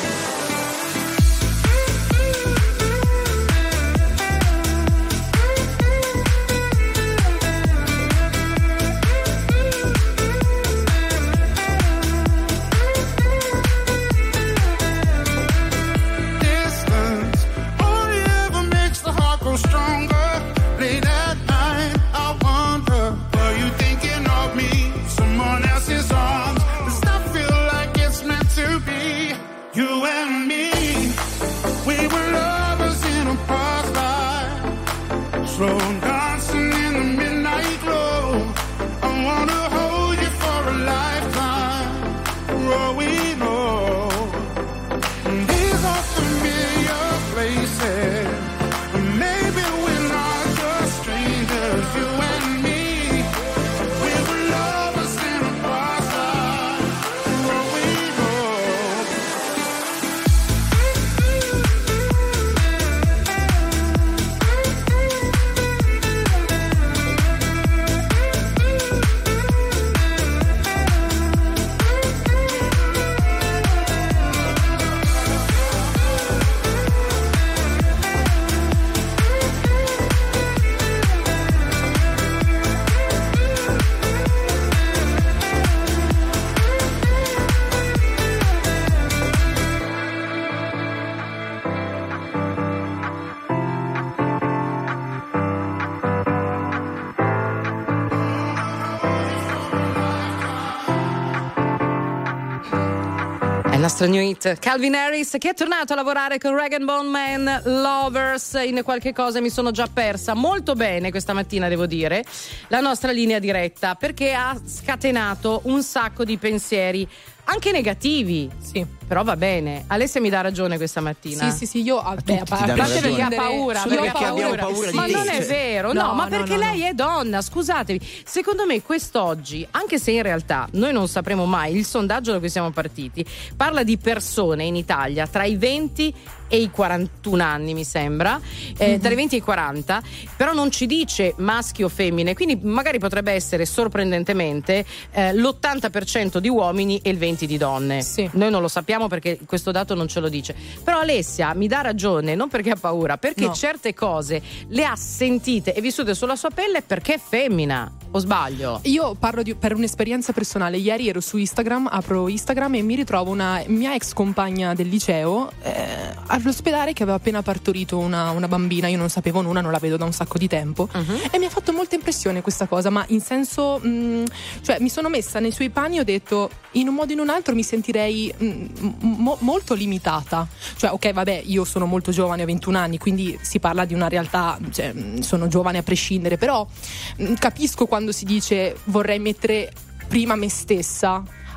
Distance only ever makes the heart grow stronger. Late at night, I wonder, were you thinking of me? Someone else's arms. Does that feel like it's meant to be? You and me, we were lovers in a past life, slow dancing in the midnight glow. I wanna hold you for a lifetime, for all we know. These are familiar places, and maybe we're not just strangers. You and me, we were lovers in a past life, for all we know. È il nostro new hit Calvin Harris, che è tornato a lavorare con Rag and Bone Man, Lovers. In qualche cosa mi sono già persa molto bene questa mattina, devo dire, la nostra linea diretta, perché ha scatenato un sacco di pensieri anche negativi. Sì. Però va bene. Alessia mi dà ragione questa mattina. Sì, sì, sì, io a, beh, a ti danno Parte perché ha ragione. paura, Io perché ho ha paura. paura. paura di Ma te, non è cioè. vero, no, No, ma no, perché no, lei no. è donna, scusatevi. Secondo me quest'oggi, anche se in realtà noi non sapremo mai, il sondaggio da cui siamo partiti parla di persone in Italia tra i venti e i quarantuno anni, mi sembra, eh, Mm-hmm. tra i venti e i quaranta, però non ci dice maschi o femmine, quindi magari potrebbe essere sorprendentemente eh, l'ottanta per cento di uomini e il venti di donne. Sì. Noi non lo sappiamo perché questo dato non ce lo dice. Però Alessia mi dà ragione, non perché ha paura, perché No. certe cose le ha sentite e vissute sulla sua pelle perché è femmina. O sbaglio? Io parlo di, per un'esperienza personale. Ieri ero su Instagram, apro Instagram e mi ritrovo una mia ex compagna del liceo eh, all'ospedale che aveva appena partorito una, una bambina. Io non sapevo nulla, non la vedo da un sacco di tempo. Uh-huh. E mi ha fatto molta impressione questa cosa, ma in senso mh, cioè mi sono messa nei suoi panni e ho detto, in un modo o in un altro mi sentirei mh, mo- molto limitata. Cioè, ok, vabbè, io sono molto giovane, ho ventuno anni, quindi si parla di una realtà, cioè, mh, sono giovane a prescindere, però mh, capisco quando si dice vorrei mettere prima me stessa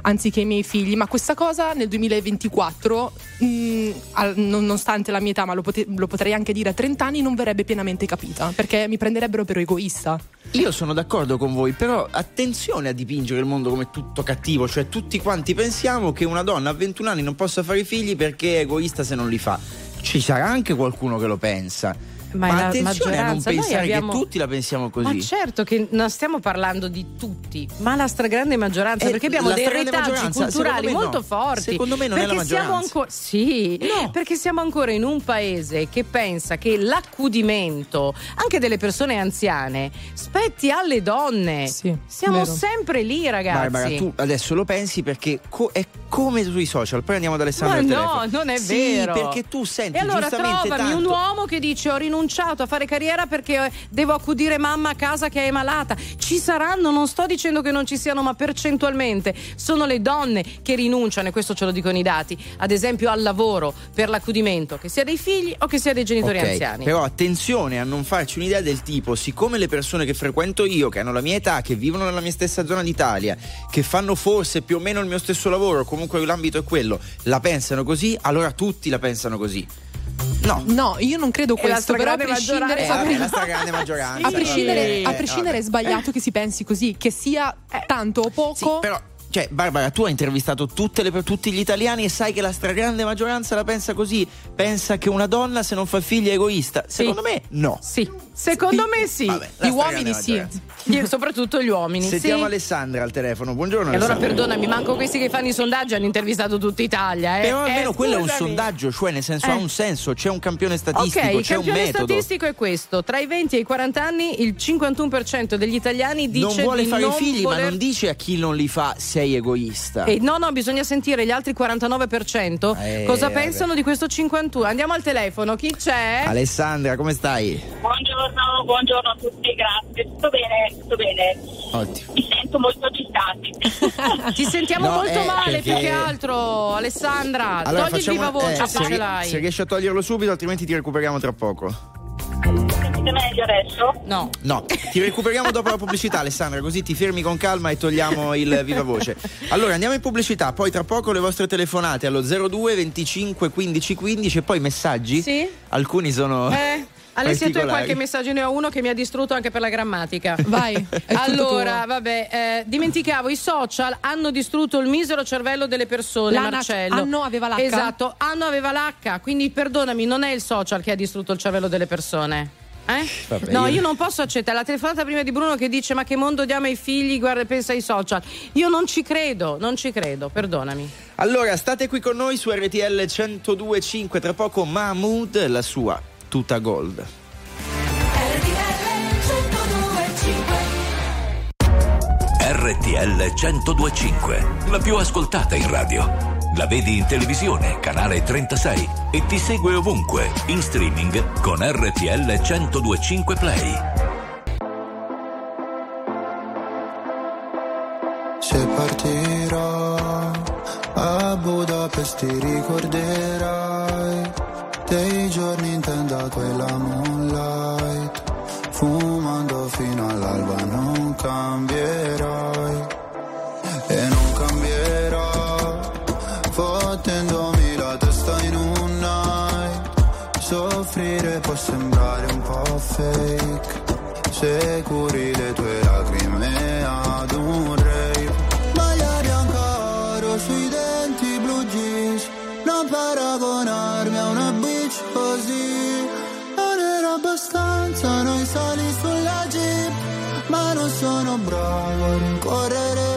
anziché i miei figli, ma questa cosa nel duemilaventiquattro, mh, al, nonostante la mia età, ma lo, pote- lo potrei anche dire a trenta anni, non verrebbe pienamente capita, perché mi prenderebbero per egoista. Io sono d'accordo con voi, però attenzione a dipingere il mondo come tutto cattivo, cioè tutti quanti pensiamo che una donna a ventuno anni non possa fare figli perché è egoista se non li fa. Ci sarà anche qualcuno che lo pensa. Ma, ma attenzione a non pensare abbiamo... che tutti la pensiamo così. Ma certo che non stiamo parlando di tutti, ma la stragrande maggioranza, eh, perché abbiamo dei retaggi culturali molto no. forti. Secondo me non perché è la maggioranza. Siamo ancora... Sì, no. Perché siamo ancora in un paese che pensa che l'accudimento anche delle persone anziane spetti alle donne. Sì, siamo vero. sempre lì, ragazzi. Barbara, tu adesso lo pensi perché co- è come sui social. Poi andiamo ad Alessandro al no, telefono. non è sì, vero. Perché tu senti e allora giustamente trovami tanto... un uomo che dice ho rinunciato a fare carriera perché devo accudire mamma a casa che è malata. Ci saranno, non sto dicendo che non ci siano, ma percentualmente sono le donne che rinunciano, e questo ce lo dicono i dati, ad esempio al lavoro per l'accudimento, che sia dei figli o che sia dei genitori okay, anziani. Però attenzione a non farci un'idea del tipo, siccome le persone che frequento io, che hanno la mia età, che vivono nella mia stessa zona d'Italia, che fanno forse più o meno il mio stesso lavoro, comunque l'ambito è quello, la pensano così, allora tutti la pensano così. No, no, io non credo questo, però a prescindere, eh, vabbè, la stragrande maggioranza. a prescindere, sì. a prescindere eh, è sbagliato che si pensi così, che sia tanto o poco. Sì, però cioè Barbara, tu hai intervistato tutte le, per tutti gli italiani e sai che la stragrande maggioranza la pensa così, pensa che una donna se non fa figli è egoista. Sì. Secondo me no. Sì, secondo me sì. Vabbè, gli uomini sì, gli, soprattutto gli uomini. Sentiamo sì. Alessandra al telefono. Buongiorno. E allora Alessandra. perdonami, manco questi che fanno i sondaggi hanno intervistato tutta Italia, eh. Però almeno eh, quello è un scusami. sondaggio, cioè nel senso Eh. ha un senso, c'è un campione statistico, Ok, il c'è un campione metodo. statistico è questo: tra i venti e i quaranta anni il cinquantuno per cento degli italiani dice non vuole di fare non i figli, voler... ma non dice a chi non li fa sei egoista. E no, no, bisogna sentire gli altri quarantanove per cento eh, cosa vabbè. pensano di questo cinquantuno. Andiamo al telefono, chi c'è? Alessandra, come stai? Buongiorno, buongiorno a tutti, grazie. Tutto bene, tutto bene. Ottimo. Mi sento molto agitati. Ti sentiamo No, molto eh, male, perché- più che altro, Alessandra. Allora, togli il facciamo- viva voce eh, se ce l'hai. Se riesci a toglierlo subito, altrimenti ti recuperiamo tra poco. Sentite meglio adesso? No. No, ti recuperiamo dopo la pubblicità, Alessandra, così ti fermi con calma e togliamo il viva voce. Allora andiamo in pubblicità, poi tra poco le vostre telefonate allo zero due venticinque quindici quindici e poi messaggi. Sì. Alcuni sono Eh, Alessia, tu hai particolari. qualche messaggio? Ne ho uno che mi ha distrutto anche per la grammatica. Vai, è tutto Allora, tuo. vabbè, eh, dimenticavo, i social hanno distrutto il misero cervello delle persone, L'Anna- Marcello. Anno aveva l'H? Esatto, Anno aveva l'H, quindi perdonami, non è il social che ha distrutto il cervello delle persone. Eh? Vabbè, no, io- io non posso accettare la telefonata prima di Bruno che dice ma che mondo diamo ai figli, guarda, pensa ai social. Io non ci credo, non ci credo, perdonami. Allora state qui con noi su R T L centodue e cinque, tra poco Mahmood, la sua tuta gold. R T L centodue e cinque, la più ascoltata in radio. La vedi in televisione, canale trentasei, e ti segue ovunque, in streaming con R T L centodue e cinque Play. Se partirò a Budapest ti ricorderai dei giorni in tenda e la moonlight, fumando fino all'alba non cambierai e non cambierò, fottendomi la testa in un night. Soffrire può sembrare un po' fake se curi le tue lacrime ad un rave. Maglia bianca oro sui denti, blu jeans, non paragonarmi a una bitch così. Non era abbastanza noi sali sulla jeep, ma non sono bravo a rincorrere.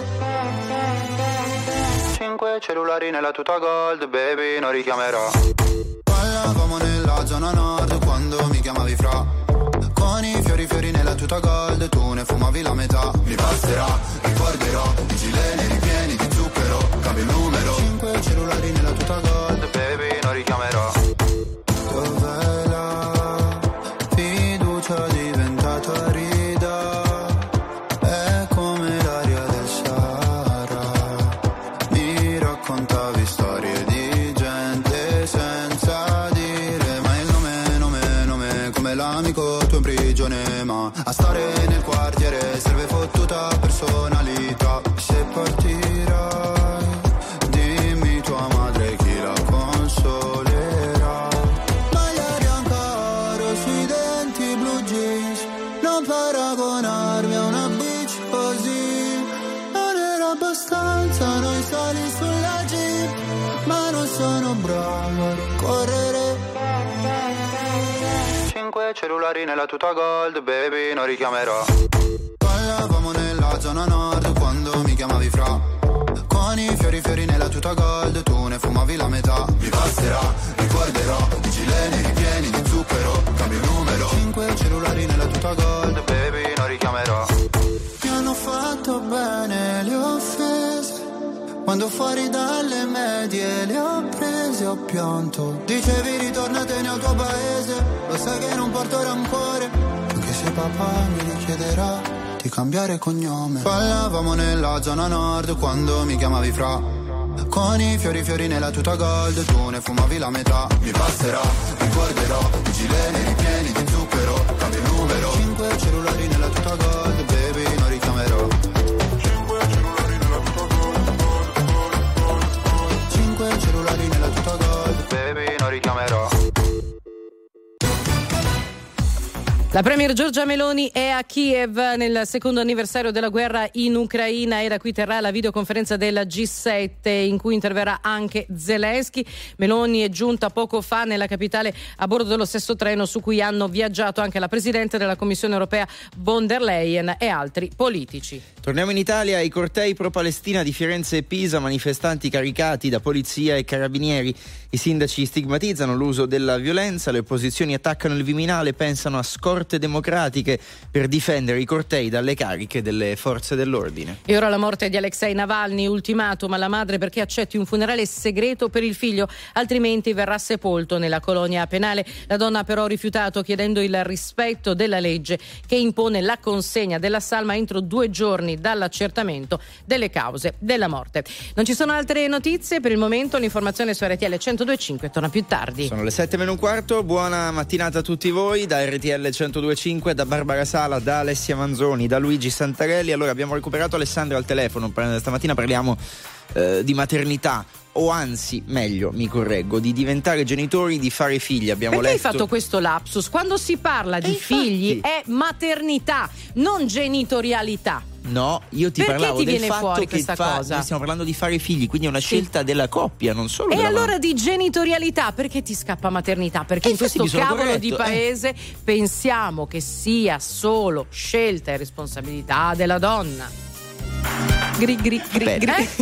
Cinque cellulari nella tuta gold, baby, non richiamerò. Parlavamo nella zona nord quando mi chiamavi fra. Con i fiori fiori nella tuta gold, tu ne fumavi la metà. Mi passerà, ricorderò, i gileni ripieni di zucchero, cambio il numero. Cinque cellulari nella tuta gold, baby, non richiamerò. Dov'è la fiducia diventata rida? È come l'aria del Sahara. Mi raccontavi storie di gente senza dire mai il nome, nome, nome, come l'amico tuo in prigione, ma a stare nel quartiere serve fottuta personalità. Se partirai paragonarmi a una bitch così. Non era abbastanza noi soli sulla jeep, ma non sono bravo a correre. Cinque cellulari nella tuta gold, baby, non richiamerò. Ballavamo nella zona nord quando mi chiamavi fra. Con i fiori fiori nella tuta gold, tu ne fumavi la metà. Mi basterà, ricorderò, di gileni ripieni di zucchero, cambio il numero. Cinque cellulari nella tuta gold, baby, non richiamerò. Mi hanno fatto bene le offese, quando fuori dalle medie le ho prese, ho pianto. Dicevi ritornatene al tuo paese, lo sai che non porto rancore, anche se papà mi richiederà di cambiare cognome. Ballavamo nella zona nord quando mi chiamavi fra. Con i fiori fiori nella tuta gold, tu ne fumavi la metà. Mi passerà, ricorderò, i gileni ripieni di zucchero, cambio il numero. Cinque cellulari nella tuta gold, baby, non richiamerò. Cinque cellulari nella tuta gold, cinque cellulari nella tuta gold, baby, non richiamerò. La premier Giorgia Meloni è a Kiev nel secondo anniversario della guerra in Ucraina e da qui terrà la videoconferenza del G sette in cui interverrà anche Zelensky. Meloni è giunta poco fa nella capitale a bordo dello stesso treno su cui hanno viaggiato anche la Presidente della Commissione Europea von der Leyen e altri politici. Torniamo in Italia. I cortei pro-Palestina di Firenze e Pisa, manifestanti caricati da polizia e carabinieri. I sindaci stigmatizzano l'uso della violenza, le opposizioni attaccano il Viminale, pensano a scorte democratiche per difendere i cortei dalle cariche delle forze dell'ordine. E ora la morte di Alexei Navalny, ultimatum alla madre perché accetti un funerale segreto per il figlio, altrimenti verrà sepolto nella colonia penale. La donna ha però rifiutato, chiedendo il rispetto della legge che impone la consegna della salma entro due giorni dall'accertamento delle cause della morte. Non ci sono altre notizie per il momento, l'informazione su R T L centodue e cinque torna più tardi. Sono le sette meno un quarto, buona mattinata a tutti voi da R T L centodue e cinque, da Barbara Sala, da Alessia Manzoni, da Luigi Santarelli. Allora abbiamo recuperato Alessandro al telefono, stamattina parliamo eh, di maternità, o anzi, meglio, mi correggo, di diventare genitori, di fare figli. Abbiamo Perché letto... hai fatto questo lapsus? Quando si parla di figli è maternità, non genitorialità. No, io ti Perché parlavo ti del viene fatto fuori che questa fa... cosa? Noi stiamo parlando di fare figli, quindi è una scelta sì. della coppia, non solo e della allora mamma. di genitorialità, perché ti scappa maternità? Perché e in questo cavolo corretto, di eh. paese pensiamo che sia solo scelta e responsabilità della donna. Gri gri gri gri. Eh?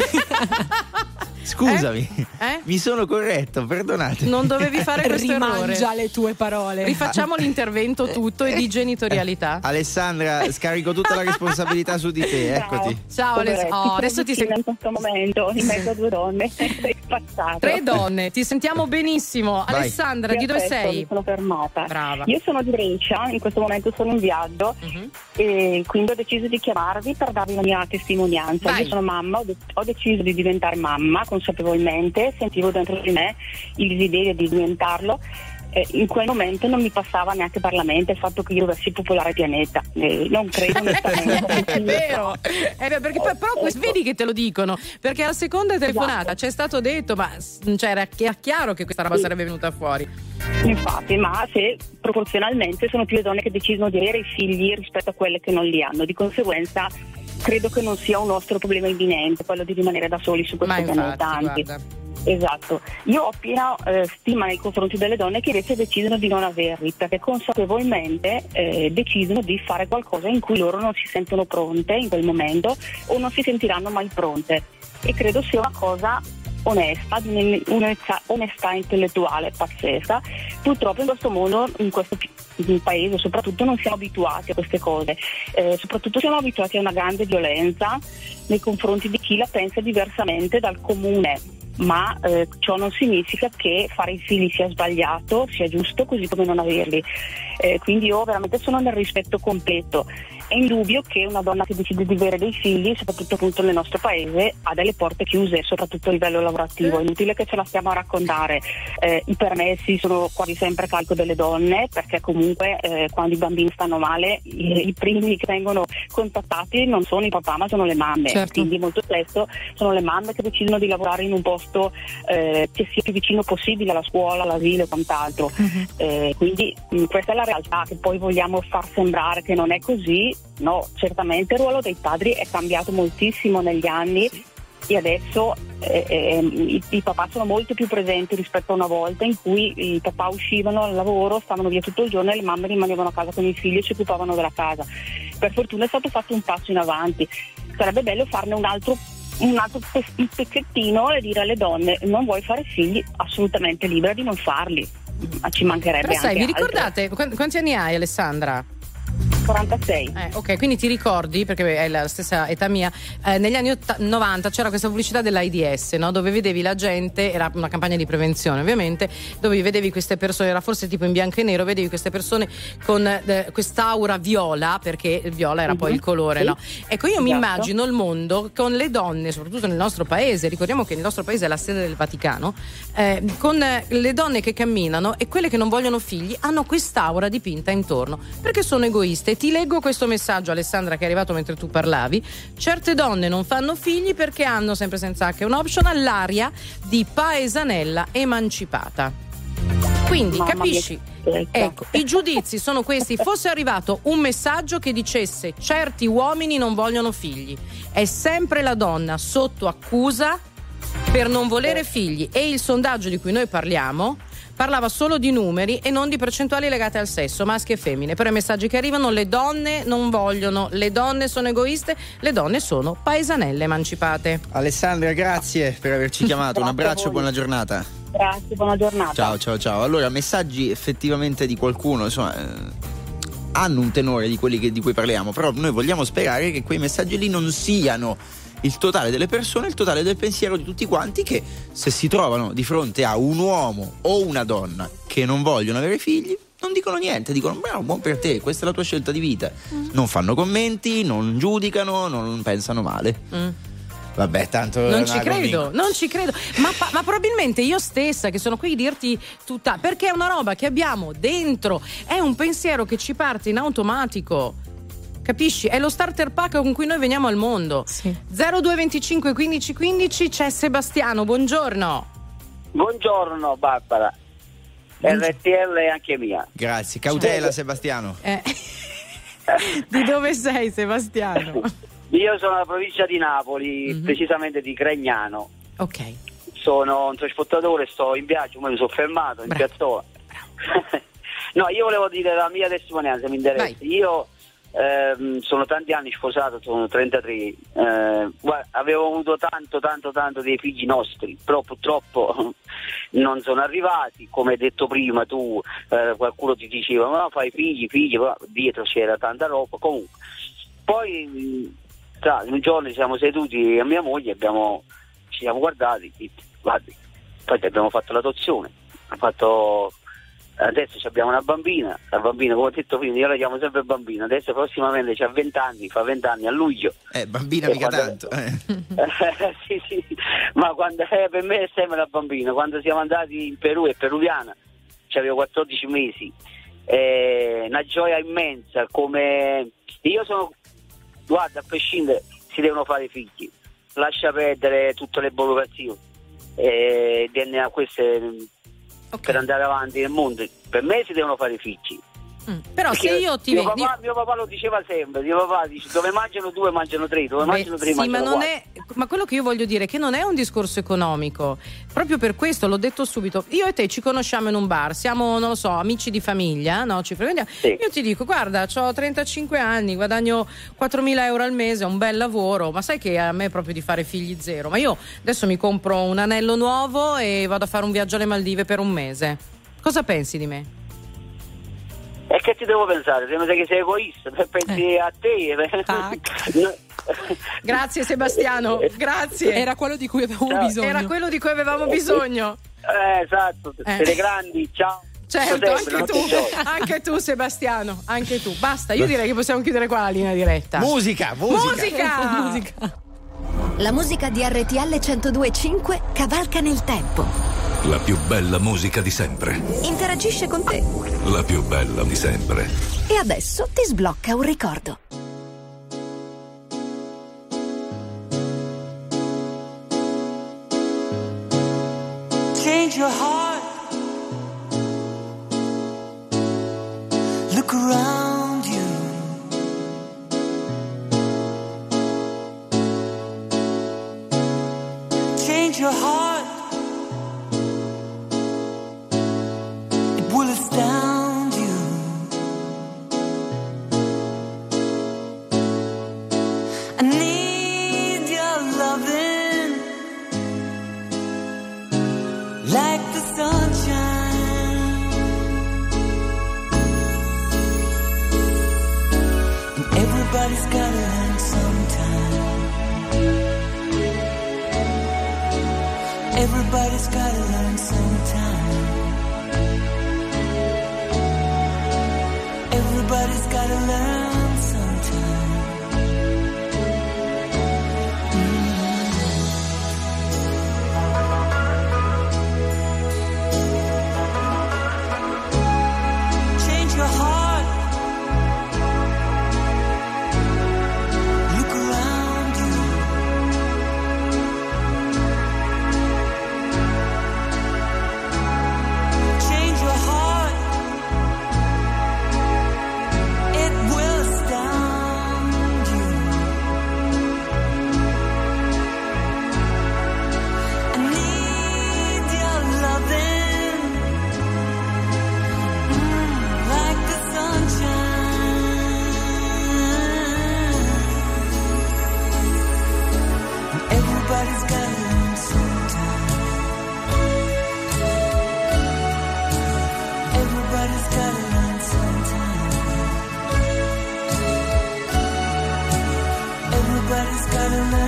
Scusami, eh? Eh? mi sono corretto, perdonate. Non dovevi fare questo Rimangia errore. le tue parole. Rifacciamo l'intervento tutto e di genitorialità. Alessandra, scarico tutta la responsabilità su di te, eccoti. Ciao Alessandra. Oh, adesso ti sento in questo momento in mezzo a due donne. Sei spazzato. Tre donne, ti sentiamo benissimo. Vai. Alessandra, di dove sei? Mi sono fermata. Brava. Io sono di Brescia, in questo momento sono in viaggio uh-huh. e quindi ho deciso di chiamarvi per darvi la mia testimonianza. Vai. Io sono mamma, ho, de- ho deciso di diventare mamma consapevolmente, sentivo dentro di me il desiderio di diventarlo. Eh, in quel momento non mi passava neanche per la mente il fatto che io dovessi popolare il pianeta. Eh, non credo onestamente. È vero, è vero, perché poi, però vedi che te lo dicono, perché alla seconda telefonata esatto. c'è stato detto, ma cioè, era chiaro che questa roba sì. sarebbe venuta fuori. Infatti, ma se proporzionalmente sono più le donne che decidono di avere i figli rispetto a quelle che non li hanno, di conseguenza credo che non sia un nostro problema imminente quello di rimanere da soli su questo ma pianeta. infatti, Anzi, guarda. esatto, io ho piena eh, stima nei confronti delle donne che invece decidono di non averli, perché consapevolmente eh, decidono di fare qualcosa in cui loro non si sentono pronte in quel momento o non si sentiranno mai pronte, e credo sia una cosa onesta, di un'onestà onestà intellettuale pazzesca. Purtroppo in questo mondo, in questo in paese soprattutto, non siamo abituati a queste cose, eh, soprattutto siamo abituati a una grande violenza nei confronti di chi la pensa diversamente dal comune, ma eh, ciò non significa che fare i figli sia sbagliato, sia giusto, così come non averli. Eh, quindi io veramente sono nel rispetto completo. È indubbio che una donna che decide di avere dei figli, soprattutto appunto nel nostro paese, ha delle porte chiuse, soprattutto a livello lavorativo. È inutile che ce la stiamo a raccontare. Eh, I permessi sono quasi sempre a carico delle donne, perché comunque eh, quando i bambini stanno male i, i primi che vengono contattati non sono i papà ma sono le mamme. Certo. Quindi molto spesso sono le mamme che decidono di lavorare in un posto eh, che sia più vicino possibile alla scuola, all'asilo e quant'altro. Uh-huh. Eh, quindi mh, questa è la realtà, che poi vogliamo far sembrare che non è così. no, certamente il ruolo dei padri è cambiato moltissimo negli anni. Sì. E adesso eh, eh, i, i papà sono molto più presenti rispetto a una volta in cui i papà uscivano al lavoro, stavano via tutto il giorno e le mamme rimanevano a casa con i figli e si occupavano della casa. Per fortuna è stato fatto un passo in avanti. Sarebbe bello farne un altro un altro pe- un pezzettino e dire alle donne: non vuoi fare figli, assolutamente libera di non farli, ma ci mancherebbe. Però sai, anche vi ricordate altro. Quanti anni hai, Alessandra? quarantasei. Eh, ok, quindi ti ricordi, perché è la stessa età mia, eh, negli anni novanta c'era questa pubblicità dell'AIDS, no? Dove vedevi la gente, era una campagna di prevenzione ovviamente, dove vedevi queste persone, era forse tipo in bianco e nero, vedevi queste persone con eh, quest'aura viola, perché il viola era mm-hmm. poi il colore, sì. no? Ecco, io esatto. mi immagino il mondo con le donne, soprattutto nel nostro paese, ricordiamo che il nostro paese è la sede del Vaticano, eh, con eh, le donne che camminano e quelle che non vogliono figli hanno quest'aura dipinta intorno, perché sono egoiste. Ti leggo questo messaggio, Alessandra, che è arrivato mentre tu parlavi. Certe donne non fanno figli perché hanno, sempre senza H, un optional, l'aria di paesanella emancipata. Quindi Mamma capisci? Mia. Ecco, i giudizi sono questi. Fosse arrivato un messaggio che dicesse certi uomini non vogliono figli, è sempre la donna sotto accusa per non volere figli, e il sondaggio di cui noi parliamo parlava solo di numeri e non di percentuali legate al sesso, maschi e femmine. Però i messaggi che arrivano: le donne non vogliono, le donne sono egoiste, le donne sono paesanelle emancipate. Alessandra, grazie per averci chiamato, un abbraccio, buona giornata. Grazie, buona giornata. Ciao, ciao, ciao. Allora, messaggi effettivamente di qualcuno, insomma, eh, hanno un tenore di quelli che, di cui parliamo, però noi vogliamo sperare che quei messaggi lì non siano il totale delle persone, il totale del pensiero di tutti quanti, che se si trovano di fronte a un uomo o una donna che non vogliono avere figli, non dicono niente, dicono bravo, buon per te, questa è la tua scelta di vita. Mm. Non fanno commenti, non giudicano, non pensano male. Mm. Vabbè, tanto non ci credo, non ci credo. Ma, ma probabilmente io stessa, che sono qui a dirti tutta, perché è una roba che abbiamo dentro, è un pensiero che ci parte in automatico. Capisci? È lo starter pack con cui noi veniamo al mondo. Sì. zero due venticinque quindici quindici, c'è Sebastiano, buongiorno. Buongiorno Barbara. Buongiorno. R T L è anche mia. Grazie, cautela Sebastiano. Eh. Di dove sei, Sebastiano? Io sono dalla provincia di Napoli, mm-hmm. precisamente di Cregnano. Ok. Sono un trasportatore, sto in viaggio, mi sono fermato in Bravo. piazzola. No, io volevo dire la mia testimonianza, mi interessa. Vai. Io Eh, sono tanti anni sposato, sono trentatré, eh, guarda, avevo avuto tanto tanto tanto dei figli nostri, però purtroppo non sono arrivati, come hai detto prima tu, eh, qualcuno ti diceva ma no, fai figli, figli, però dietro c'era tanta roba. Comunque poi tra, un giorno ci siamo seduti a mia moglie, abbiamo, ci siamo guardati, guardi, poi abbiamo fatto l'adozione, ha fatto. Adesso abbiamo una bambina, la bambina, come ho detto prima, io la chiamo sempre bambina, adesso prossimamente c'ha venti anni, fa venti anni a luglio. Eh, bambina mica quando... tanto. Eh. sì, sì, ma quando eh, per me è sempre una bambina. Quando siamo andati in Perù, è peruviana, c'avevo quattordici mesi, eh, una gioia immensa, come io sono, guarda, a prescindere, si devono fare figli, lascia perdere tutte le burocrazie, eh, D N A, queste... Okay. Per andare avanti nel mondo, per me si devono fare figli. Mm. Però perché se io ti mio vedi... papà, mio papà lo diceva sempre, mio papà dice dove mangiano due mangiano tre, dove Beh, mangiano tre sì, mangiano ma non quattro. è, ma quello che io voglio dire è che non è un discorso economico, proprio per questo l'ho detto subito. Io e te ci conosciamo in un bar, siamo, non lo so, amici di famiglia, no? Ci frequentiamo. Sì. Io ti dico, guarda, ho trentacinque anni, guadagno quattromila euro al mese, ho un bel lavoro, ma sai che a me è proprio di fare figli zero, ma io adesso mi compro un anello nuovo e vado a fare un viaggio alle Maldive per un mese. Cosa pensi di me? E che ti devo pensare? Sembra che sei egoista, pensi eh. a te. No. Grazie Sebastiano, grazie. Era quello di cui avevamo ciao. bisogno. Era quello di cui avevamo bisogno. Eh, esatto, eh. siete grandi, ciao. Certo, sempre, anche tu, anche tu Sebastiano, anche tu. Basta, io direi che possiamo chiudere qua la linea diretta. Musica, musica. Musica. musica. La musica di R T L centodue e cinque cavalca nel tempo. La più bella musica di sempre. Interagisce con te. La più bella di sempre. E adesso ti sblocca un ricordo. Change your heart. Look around you. your heart, it will astound you. I need your loving like the sunshine, and everybody's gotta learn sometime. Everybody's gotta learn sometime. Everybody's gotta learn sometime. Mm-hmm. Change your heart. Look around you. Change your heart. It will astound you. I need your loving, mm, like the sunshine. Everybody's got to learn sometime. Everybody's got to learn sometime. Everybody's got to learn sometime.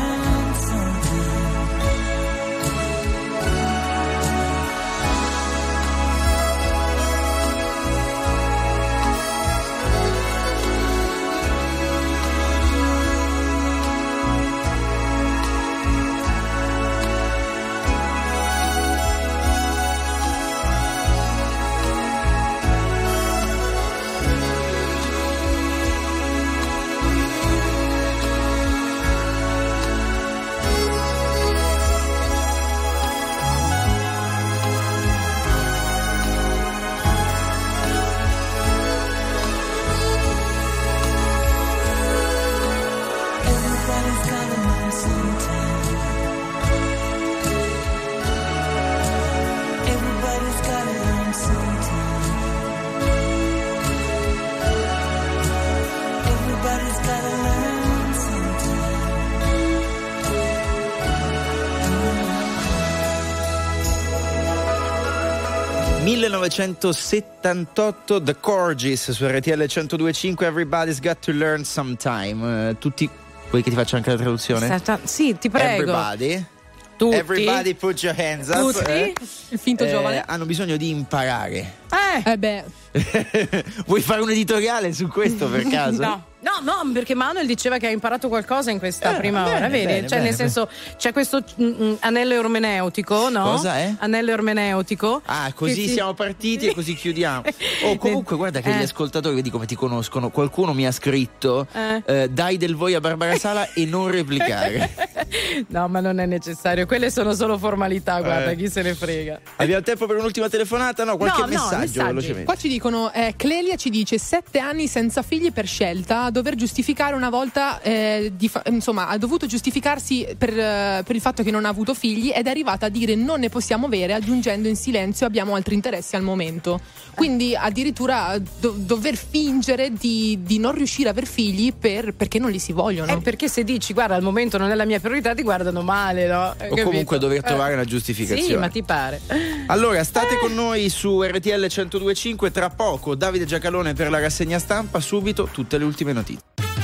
Everybody's got to learn sometime. Everybody's got to learn sometime. Everybody's got to learn sometime. millenovecentosettantotto The Corgis su R T L centodue e cinque. Everybody's got to learn sometime. Eh, tutti. Vuoi che ti faccia anche la traduzione? Stata- sì, ti prego. Everybody. Tutti. Everybody put your hands up. Tutti? Eh, Il finto eh, giovane. hanno bisogno di imparare. Eh, Eh beh, Vuoi fare un editoriale su questo per caso? no. No, no, perché Manuel diceva che ha imparato qualcosa in questa Eh, prima bene, ora, vedi? bene, cioè, bene, nel senso, c'è questo mm, mm, anello ermeneutico, no? Cosa è? Anello ermeneutico. Ah, così Che si- siamo partiti e così chiudiamo. Oh, comunque, guarda che Eh. gli ascoltatori, vedi come ti conoscono. Qualcuno mi ha scritto: Eh. eh, dai del voi a Barbara Sala e non replicare. No, ma non è necessario, quelle sono solo formalità, guarda, Eh. chi se ne frega. Abbiamo tempo per un'ultima telefonata? No, qualche No, no, messaggio messaggi. velocemente. qua ci dicono, eh, Clelia ci dice sette anni senza figli per scelta, a dover giustificare una volta, eh, di fa- insomma, ha dovuto giustificarsi per, eh, per il fatto che non ha avuto figli ed è arrivata a dire non ne possiamo avere, aggiungendo in silenzio abbiamo altri interessi al momento. Quindi addirittura do- dover fingere di, di non riuscire a aver figli per- perché non li si vogliono. Eh, perché se dici guarda al momento non è la mia priorità ti guardano male, no? Hai O comunque capito? dover trovare Eh. una giustificazione. Sì, ma ti pare. Allora, state con noi su R T L centodue e cinque. Tra poco Davide Giacalone per la rassegna stampa. Subito tutte le ultime notizie.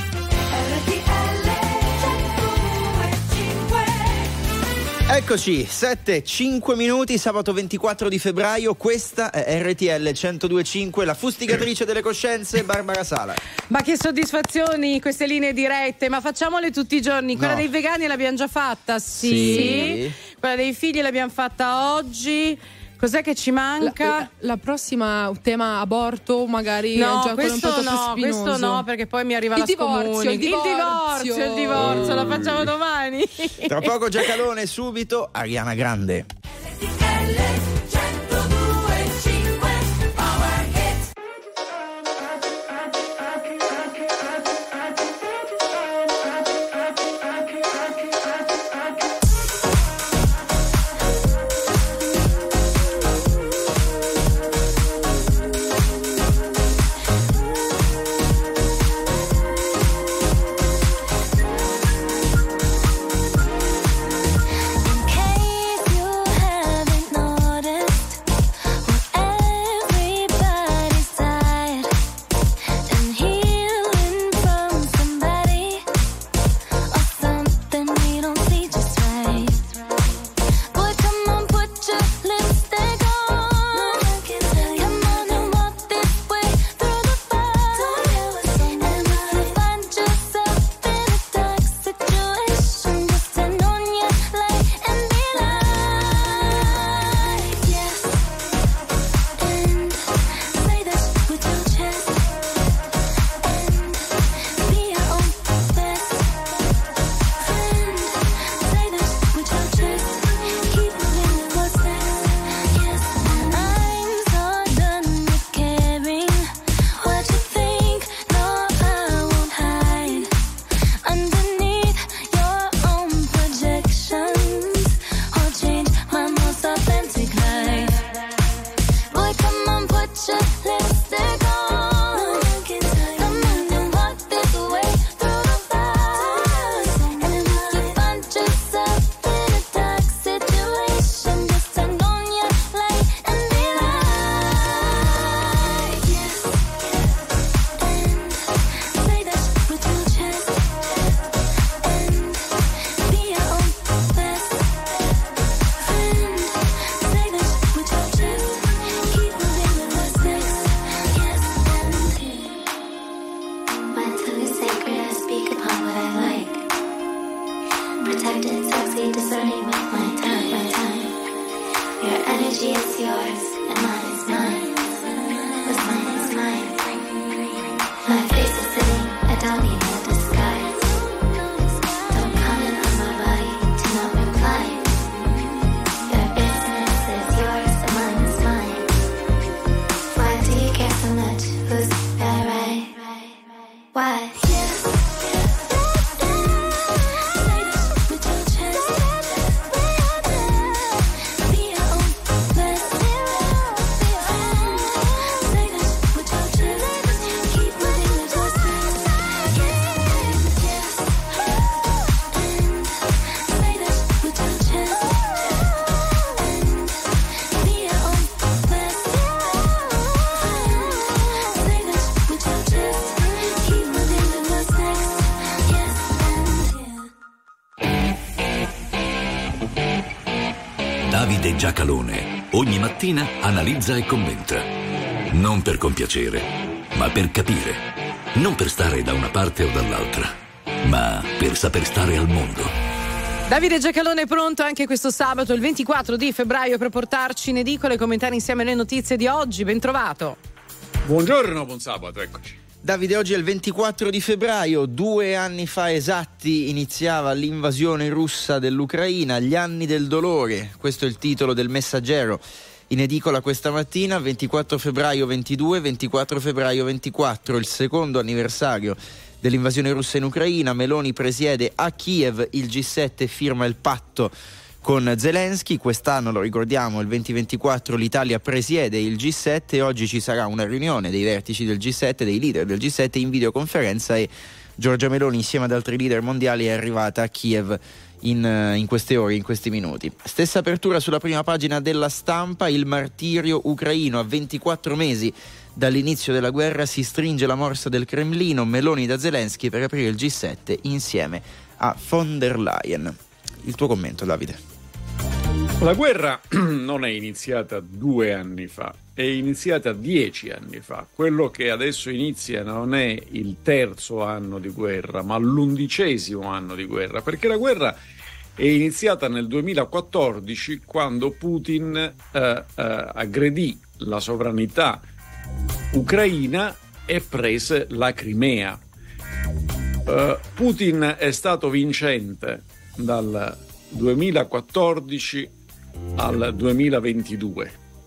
Eccoci, sette cinque minuti, sabato ventiquattro di febbraio. Questa è R T L centodue e cinque, la fustigatrice delle coscienze, Barbara Sala. Ma che soddisfazioni queste linee dirette, ma facciamole tutti i giorni. Quella No. dei vegani l'abbiamo già fatta, sì. Sì. Quella dei figli l'abbiamo fatta oggi. Cos'è che ci manca? La, la prossima tema aborto, magari No, è già quello un po' questo troppo no, spinoso. questo no, perché poi mi arriva Il la divorzio, scomunica. il divorzio. il divorzio, il divorzio, la facciamo domani. Tra poco Giacalone, subito Ariana Grande. Davide Giacalone ogni mattina analizza e commenta. Non per compiacere, ma per capire. Non per stare da una parte o dall'altra, ma per saper stare al mondo. Davide Giacalone è pronto anche questo sabato, il ventiquattro di febbraio, per portarci in edicola e commentare insieme le notizie di oggi. Ben trovato. Buongiorno, buon sabato, eccoci. Davide, oggi è il ventiquattro di febbraio, due anni fa esatti iniziava l'invasione russa dell'Ucraina, gli anni del dolore, questo è il titolo del Messaggero. In edicola questa mattina, ventiquattro febbraio ventidue, ventiquattro febbraio ventiquattro, il secondo anniversario dell'invasione russa in Ucraina. Meloni presiede a Kiev, il G sette firma il patto con Zelensky. Quest'anno, lo ricordiamo, il duemilaventiquattro l'Italia presiede il G sette e oggi ci sarà una riunione dei vertici del G sette, dei leader del G sette in videoconferenza, e Giorgia Meloni insieme ad altri leader mondiali è arrivata a Kiev in, in queste ore, in questi minuti. Stessa apertura sulla prima pagina della Stampa, il martirio ucraino. A ventiquattro mesi dall'inizio della guerra si stringe la morsa del Cremlino, Meloni da Zelensky per aprire il G sette insieme a von der Leyen. Il tuo commento, Davide? La guerra non è iniziata due anni fa, è iniziata dieci anni fa. Quello che adesso inizia non è il terzo anno di guerra, ma l'undicesimo anno di guerra, perché la guerra è iniziata nel duemilaquattordici, quando Putin eh, eh, aggredì la sovranità ucraina e prese la Crimea. Uh, Putin è stato vincente dal duemilaquattordici al duemilaventidue,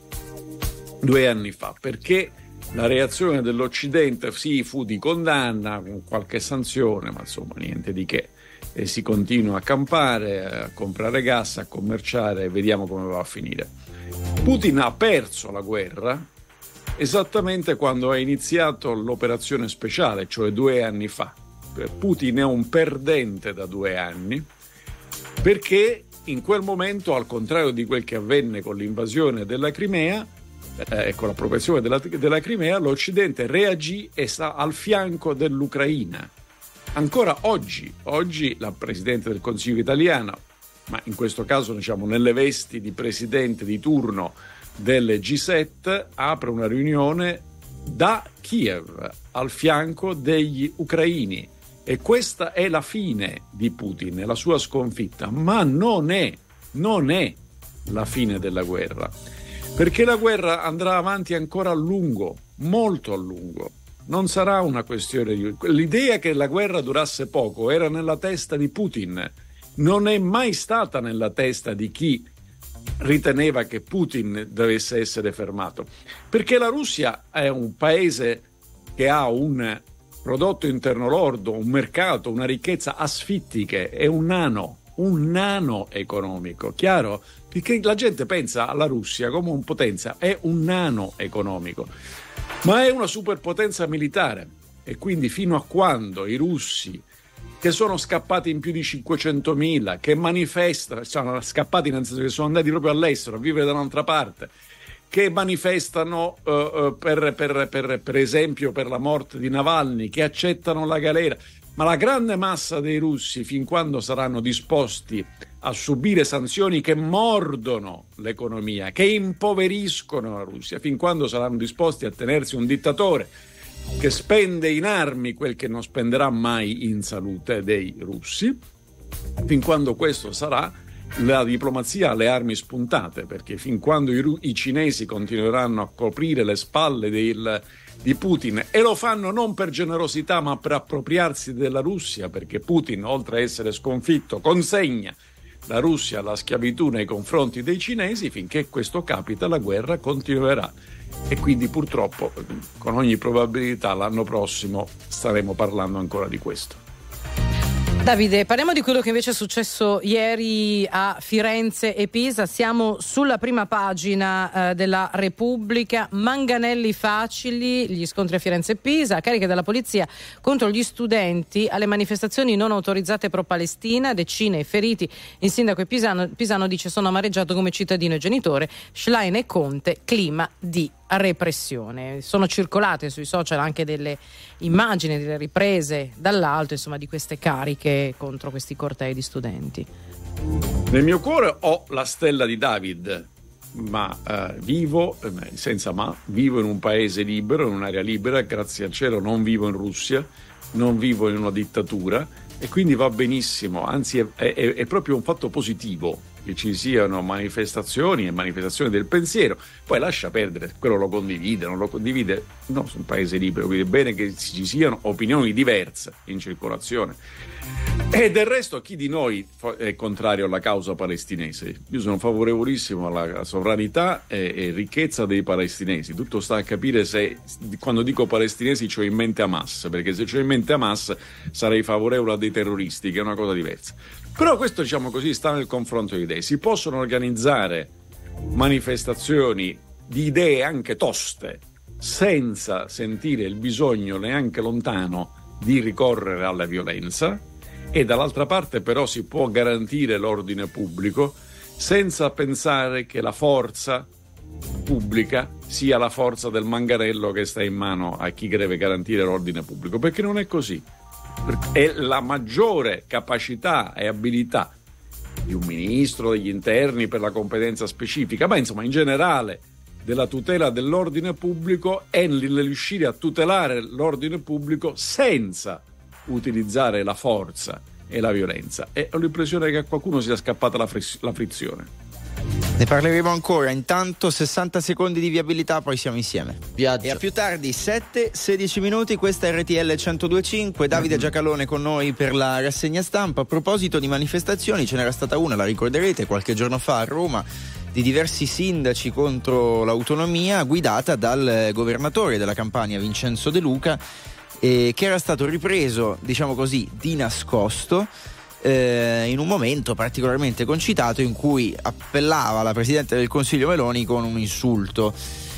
due anni fa, perché la reazione dell'Occidente sì fu di condanna con qualche sanzione, ma insomma niente di che, e si continua a campare, a comprare gas, a commerciare, e vediamo come va a finire. Putin ha perso la guerra esattamente quando è iniziato l'operazione speciale, cioè due anni fa. Putin è un perdente da due anni, perché in quel momento, al contrario di quel che avvenne con l'invasione della Crimea e eh, con l'appropriazione della, della Crimea, l'Occidente reagì e sta al fianco dell'Ucraina. Ancora oggi, oggi la Presidente del Consiglio italiano, ma in questo caso diciamo nelle vesti di Presidente di turno del G sette, apre una riunione da Kiev al fianco degli ucraini. E questa è la fine di Putin, la sua sconfitta, ma non è, non è la fine della guerra, perché la guerra andrà avanti ancora a lungo, molto a lungo. Non sarà una questione di... L'idea che la guerra durasse poco era nella testa di Putin, non è mai stata nella testa di chi riteneva che Putin dovesse essere fermato, perché la Russia è un paese che ha un prodotto interno lordo, un mercato, una ricchezza asfittiche, è un nano, un nano economico, chiaro? Perché la gente pensa alla Russia come un potenza, è un nano economico, ma è una superpotenza militare, e quindi fino a quando i russi, che sono scappati in più di cinquecentomila, che manifestano, sono scappati nel senso che sono andati proprio all'estero a vivere da un'altra parte, che manifestano uh, per, per, per, per esempio per la morte di Navalny, che accettano la galera, ma la grande massa dei russi, fin quando saranno disposti a subire sanzioni che mordono l'economia, che impoveriscono la Russia, fin quando saranno disposti a tenersi un dittatore che spende in armi quel che non spenderà mai in salute dei russi, fin quando questo sarà, la diplomazia ha le armi spuntate, perché fin quando i, i cinesi continueranno a coprire le spalle del, di Putin, e lo fanno non per generosità ma per appropriarsi della Russia, perché Putin, oltre a essere sconfitto, consegna la Russia alla schiavitù nei confronti dei cinesi, finché questo capita la guerra continuerà, e quindi purtroppo con ogni probabilità l'anno prossimo staremo parlando ancora di questo. Davide, parliamo di quello che invece è successo ieri a Firenze e Pisa. Siamo sulla prima pagina eh, della Repubblica. Manganelli facili, gli scontri a Firenze e Pisa, cariche della polizia contro gli studenti alle manifestazioni non autorizzate pro Palestina, decine feriti. Il sindaco Pisano, Pisano dice: sono amareggiato come cittadino e genitore. Schlein e Conte, clima di repressione. Sono circolate sui social anche delle immagini, delle riprese dall'alto, insomma, di queste cariche contro questi cortei di studenti. Nel mio cuore ho la stella di David, ma eh, vivo, eh, senza ma, vivo in un paese libero, in un'area libera, grazie al cielo non vivo in Russia, non vivo in una dittatura, e quindi va benissimo, anzi è, è, è proprio un fatto positivo che ci siano manifestazioni e manifestazioni del pensiero. Poi lascia perdere, quello lo condivide, non lo condivide, no, su un paese libero, quindi è bene che ci siano opinioni diverse in circolazione. E del resto chi di noi è contrario alla causa palestinese? Io sono favorevolissimo alla sovranità e, e ricchezza dei palestinesi. Tutto sta a capire se, quando dico palestinesi, c'ho in mente Hamas, perché se c'ho in mente Hamas sarei favorevole a dei terroristi, che è una cosa diversa. Però questo, diciamo così, sta nel confronto di idee. Si possono organizzare manifestazioni di idee anche toste senza sentire il bisogno neanche lontano di ricorrere alla violenza, e dall'altra parte però si può garantire l'ordine pubblico senza pensare che la forza pubblica sia la forza del manganello che sta in mano a chi deve garantire l'ordine pubblico, perché non è così. È la maggiore capacità e abilità di un ministro degli interni per la competenza specifica, ma insomma in generale della tutela dell'ordine pubblico, è riuscire a tutelare l'ordine pubblico senza utilizzare la forza e la violenza. E ho l'impressione che a qualcuno sia scappata la, fris- la frizione. Ne parleremo ancora, intanto sessanta secondi di viabilità, poi siamo insieme. Viaggio. E a più tardi, sette sedici minuti, questa è R T L centodue e cinque, Davide Giacalone con noi per la rassegna stampa. A proposito di manifestazioni, ce n'era stata una, la ricorderete, qualche giorno fa a Roma, di diversi sindaci contro l'autonomia, guidata dal governatore della Campania, Vincenzo De Luca, eh, che era stato ripreso, diciamo così, di nascosto, Eh, in un momento particolarmente concitato in cui appellava la Presidente del Consiglio Meloni con un insulto.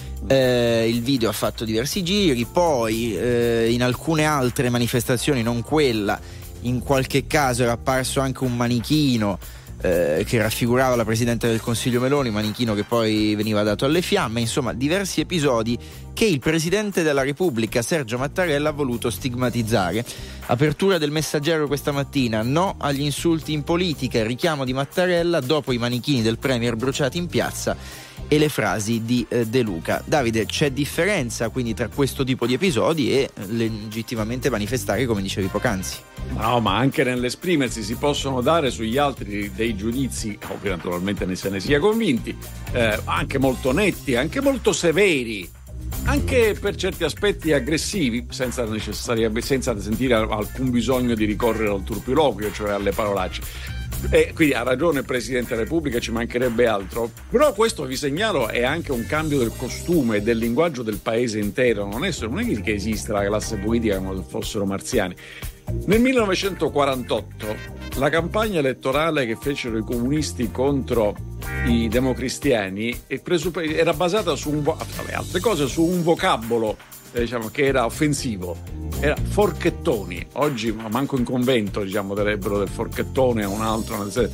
Eh, il video ha fatto diversi giri, poi eh, in alcune altre manifestazioni, non quella, in qualche caso era apparso anche un manichino eh, che raffigurava la Presidente del Consiglio Meloni, manichino che poi veniva dato alle fiamme. Insomma, diversi episodi che il Presidente della Repubblica Sergio Mattarella ha voluto stigmatizzare. Apertura del Messaggero questa mattina: no agli insulti in politica, il richiamo di Mattarella dopo i manichini del Premier bruciati in piazza e le frasi di eh, De Luca. Davide, c'è differenza quindi tra questo tipo di episodi e legittimamente manifestare, come dicevi poc'anzi? No, ma anche nell'esprimersi si possono dare sugli altri dei giudizi, ovvio naturalmente ne se ne sia convinti, eh, anche molto netti, anche molto severi, anche per certi aspetti aggressivi, senza necessariamente senza sentire alcun bisogno di ricorrere al turpiloquio, cioè alle parolacce. E quindi ha ragione il Presidente della Repubblica, ci mancherebbe altro. Però questo, vi segnalo, è anche un cambio del costume e del linguaggio del paese intero. Non è, non è che esiste la classe politica come se fossero marziani. Nel millenovecentoquarantotto la campagna elettorale che fecero i comunisti contro i democristiani era basata su un, tra le altre cose, su un vocabolo eh, diciamo che era offensivo, era forchettoni. Oggi manco in convento, diciamo, darebbero del forchettone a un altro. Eh,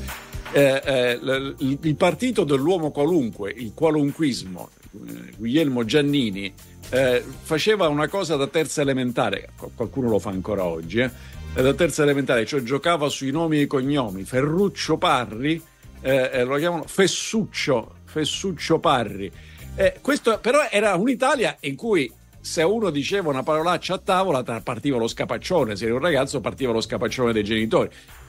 eh, il, il partito dell'uomo qualunque, il qualunquismo, eh, Guglielmo Giannini eh, faceva una cosa da terza elementare, qualcuno lo fa ancora oggi, eh, da terza elementare, cioè giocava sui nomi e i cognomi. Ferruccio Parri, eh, eh, lo chiamano Fessuccio, Fessuccio Parri. Eh, questo però era un'Italia in cui se uno diceva una parolaccia a tavola partiva lo scapaccione, se era un ragazzo partiva lo scapaccione dei genitori.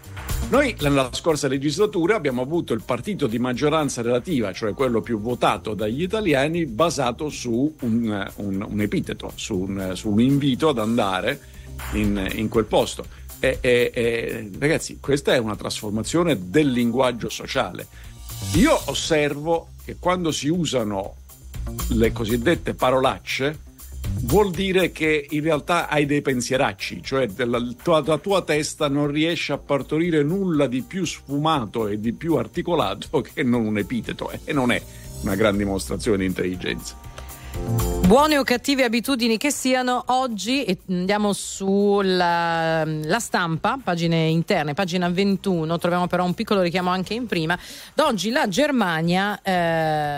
Noi nella scorsa legislatura abbiamo avuto il partito di maggioranza relativa, cioè quello più votato dagli italiani, basato su un, un, un epiteto, su un, su un invito ad andare in, in quel posto. E, e, e, ragazzi, questa è una trasformazione del linguaggio sociale. Io osservo che quando si usano le cosiddette parolacce vuol dire che in realtà hai dei pensieracci, cioè la tua, la tua testa non riesce a partorire nulla di più sfumato e di più articolato che non un epiteto, e non è una gran dimostrazione di intelligenza. Buone o cattive abitudini che siano, oggi andiamo sulla la Stampa, pagine interne, pagina ventuno, troviamo però un piccolo richiamo anche in prima. Da oggi la Germania eh,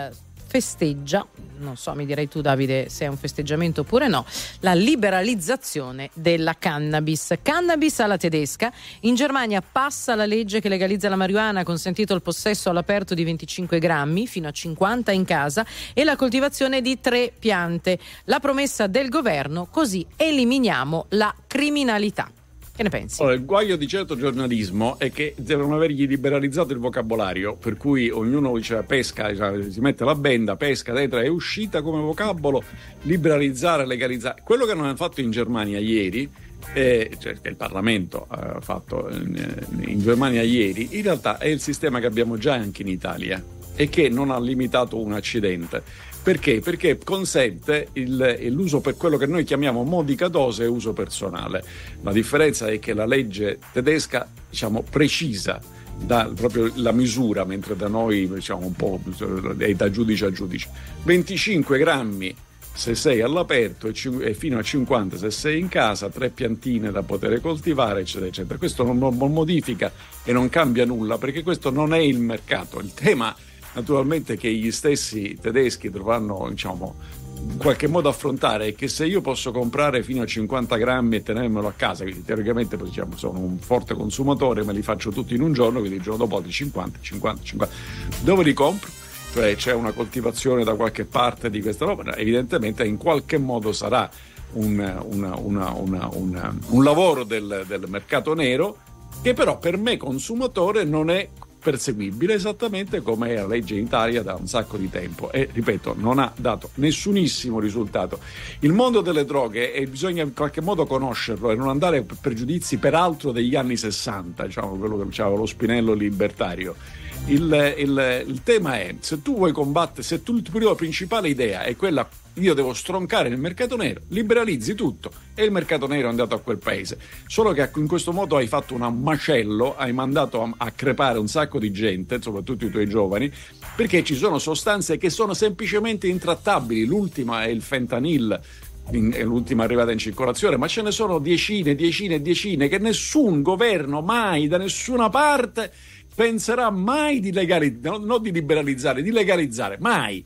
festeggia, non so, mi direi tu Davide se è un festeggiamento oppure no, la liberalizzazione della cannabis. Cannabis alla tedesca. In Germania passa la legge che legalizza la marijuana, consentito il possesso all'aperto di venticinque grammi fino a cinquanta in casa e la coltivazione di tre piante. La promessa del governo: così eliminiamo la criminalità. Che ne pensi? Allora, il guaio di certo giornalismo è che devono avergli liberalizzato il vocabolario, per cui ognuno diceva pesca, cioè, si mette la benda, pesca, tetra, è uscita come vocabolo, liberalizzare, legalizzare. Quello che hanno fatto in Germania ieri, eh, cioè che il Parlamento ha fatto in, in Germania ieri, in realtà è il sistema che abbiamo già anche in Italia e che non ha limitato un accidente. Perché? Perché consente il, l'uso per quello che noi chiamiamo modica dose e uso personale. La differenza è che la legge tedesca, diciamo, precisa da proprio la misura, mentre da noi, diciamo, un po' è da giudice a giudice. venticinque grammi se sei all'aperto e fino a cinquanta se sei in casa, tre piantine da poter coltivare, eccetera, eccetera. Questo non, non modifica e non cambia nulla, perché questo non è il mercato. Il tema naturalmente che gli stessi tedeschi dovranno, diciamo, in qualche modo affrontare è che se io posso comprare fino a cinquanta grammi e tenermelo a casa, quindi teoricamente, diciamo, sono un forte consumatore, me li faccio tutti in un giorno, quindi il giorno dopo di cinquanta, cinquanta, cinquanta, dove li compro? Cioè c'è una coltivazione da qualche parte di questa roba, evidentemente in qualche modo sarà un, una, una, una, una, un lavoro del, del mercato nero, che però per me consumatore non è perseguibile, esattamente come è la legge in Italia da un sacco di tempo, e ripeto, non ha dato nessunissimo risultato. Il mondo delle droghe, e bisogna in qualche modo conoscerlo e non andare per pregiudizi peraltro degli anni sessanta, diciamo, quello che diceva lo spinello libertario. Il, il, il tema è, se tu vuoi combattere, se tu la tua principale idea è quella, io devo stroncare il mercato nero, liberalizzi tutto, e il mercato nero è andato a quel paese. Solo che in questo modo hai fatto un macello, hai mandato a, a crepare un sacco di gente, soprattutto i tuoi giovani, perché ci sono sostanze che sono semplicemente intrattabili. L'ultima è il fentanyl, è l'ultima arrivata in circolazione, ma ce ne sono decine, decine, decine che nessun governo mai da nessuna parte penserà mai di legalizzare, non di liberalizzare, di legalizzare, mai.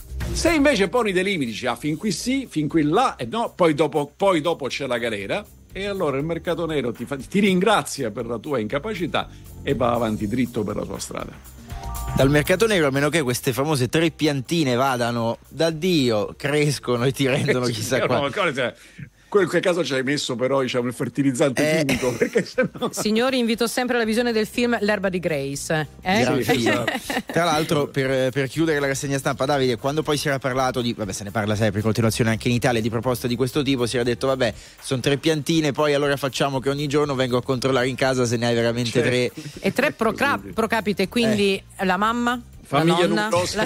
Se invece poni dei limiti, dici, ah, fin qui sì, fin qui là, e no, poi dopo, poi dopo c'è la galera, e allora il mercato nero ti, fa, ti ringrazia per la tua incapacità e va avanti dritto per la sua strada. Dal mercato nero, a meno che queste famose tre piantine vadano da Dio, crescono e ti rendono chissà no, qua. No, cioè, in quel caso ci hai messo però, diciamo, il fertilizzante eh. chimico, perché sennò... Signori, invito sempre alla visione del film L'erba di Grace, eh? Gran film. Tra l'altro, per, per chiudere la rassegna stampa, Davide, quando poi si era parlato di, vabbè, se ne parla sempre in continuazione anche in Italia, di proposte di questo tipo, si era detto vabbè, sono tre piantine, poi allora facciamo che ogni giorno vengo a controllare in casa se ne hai veramente certo. tre e tre pro, pro capite, quindi eh. la mamma, famiglia la nonna, numerosa,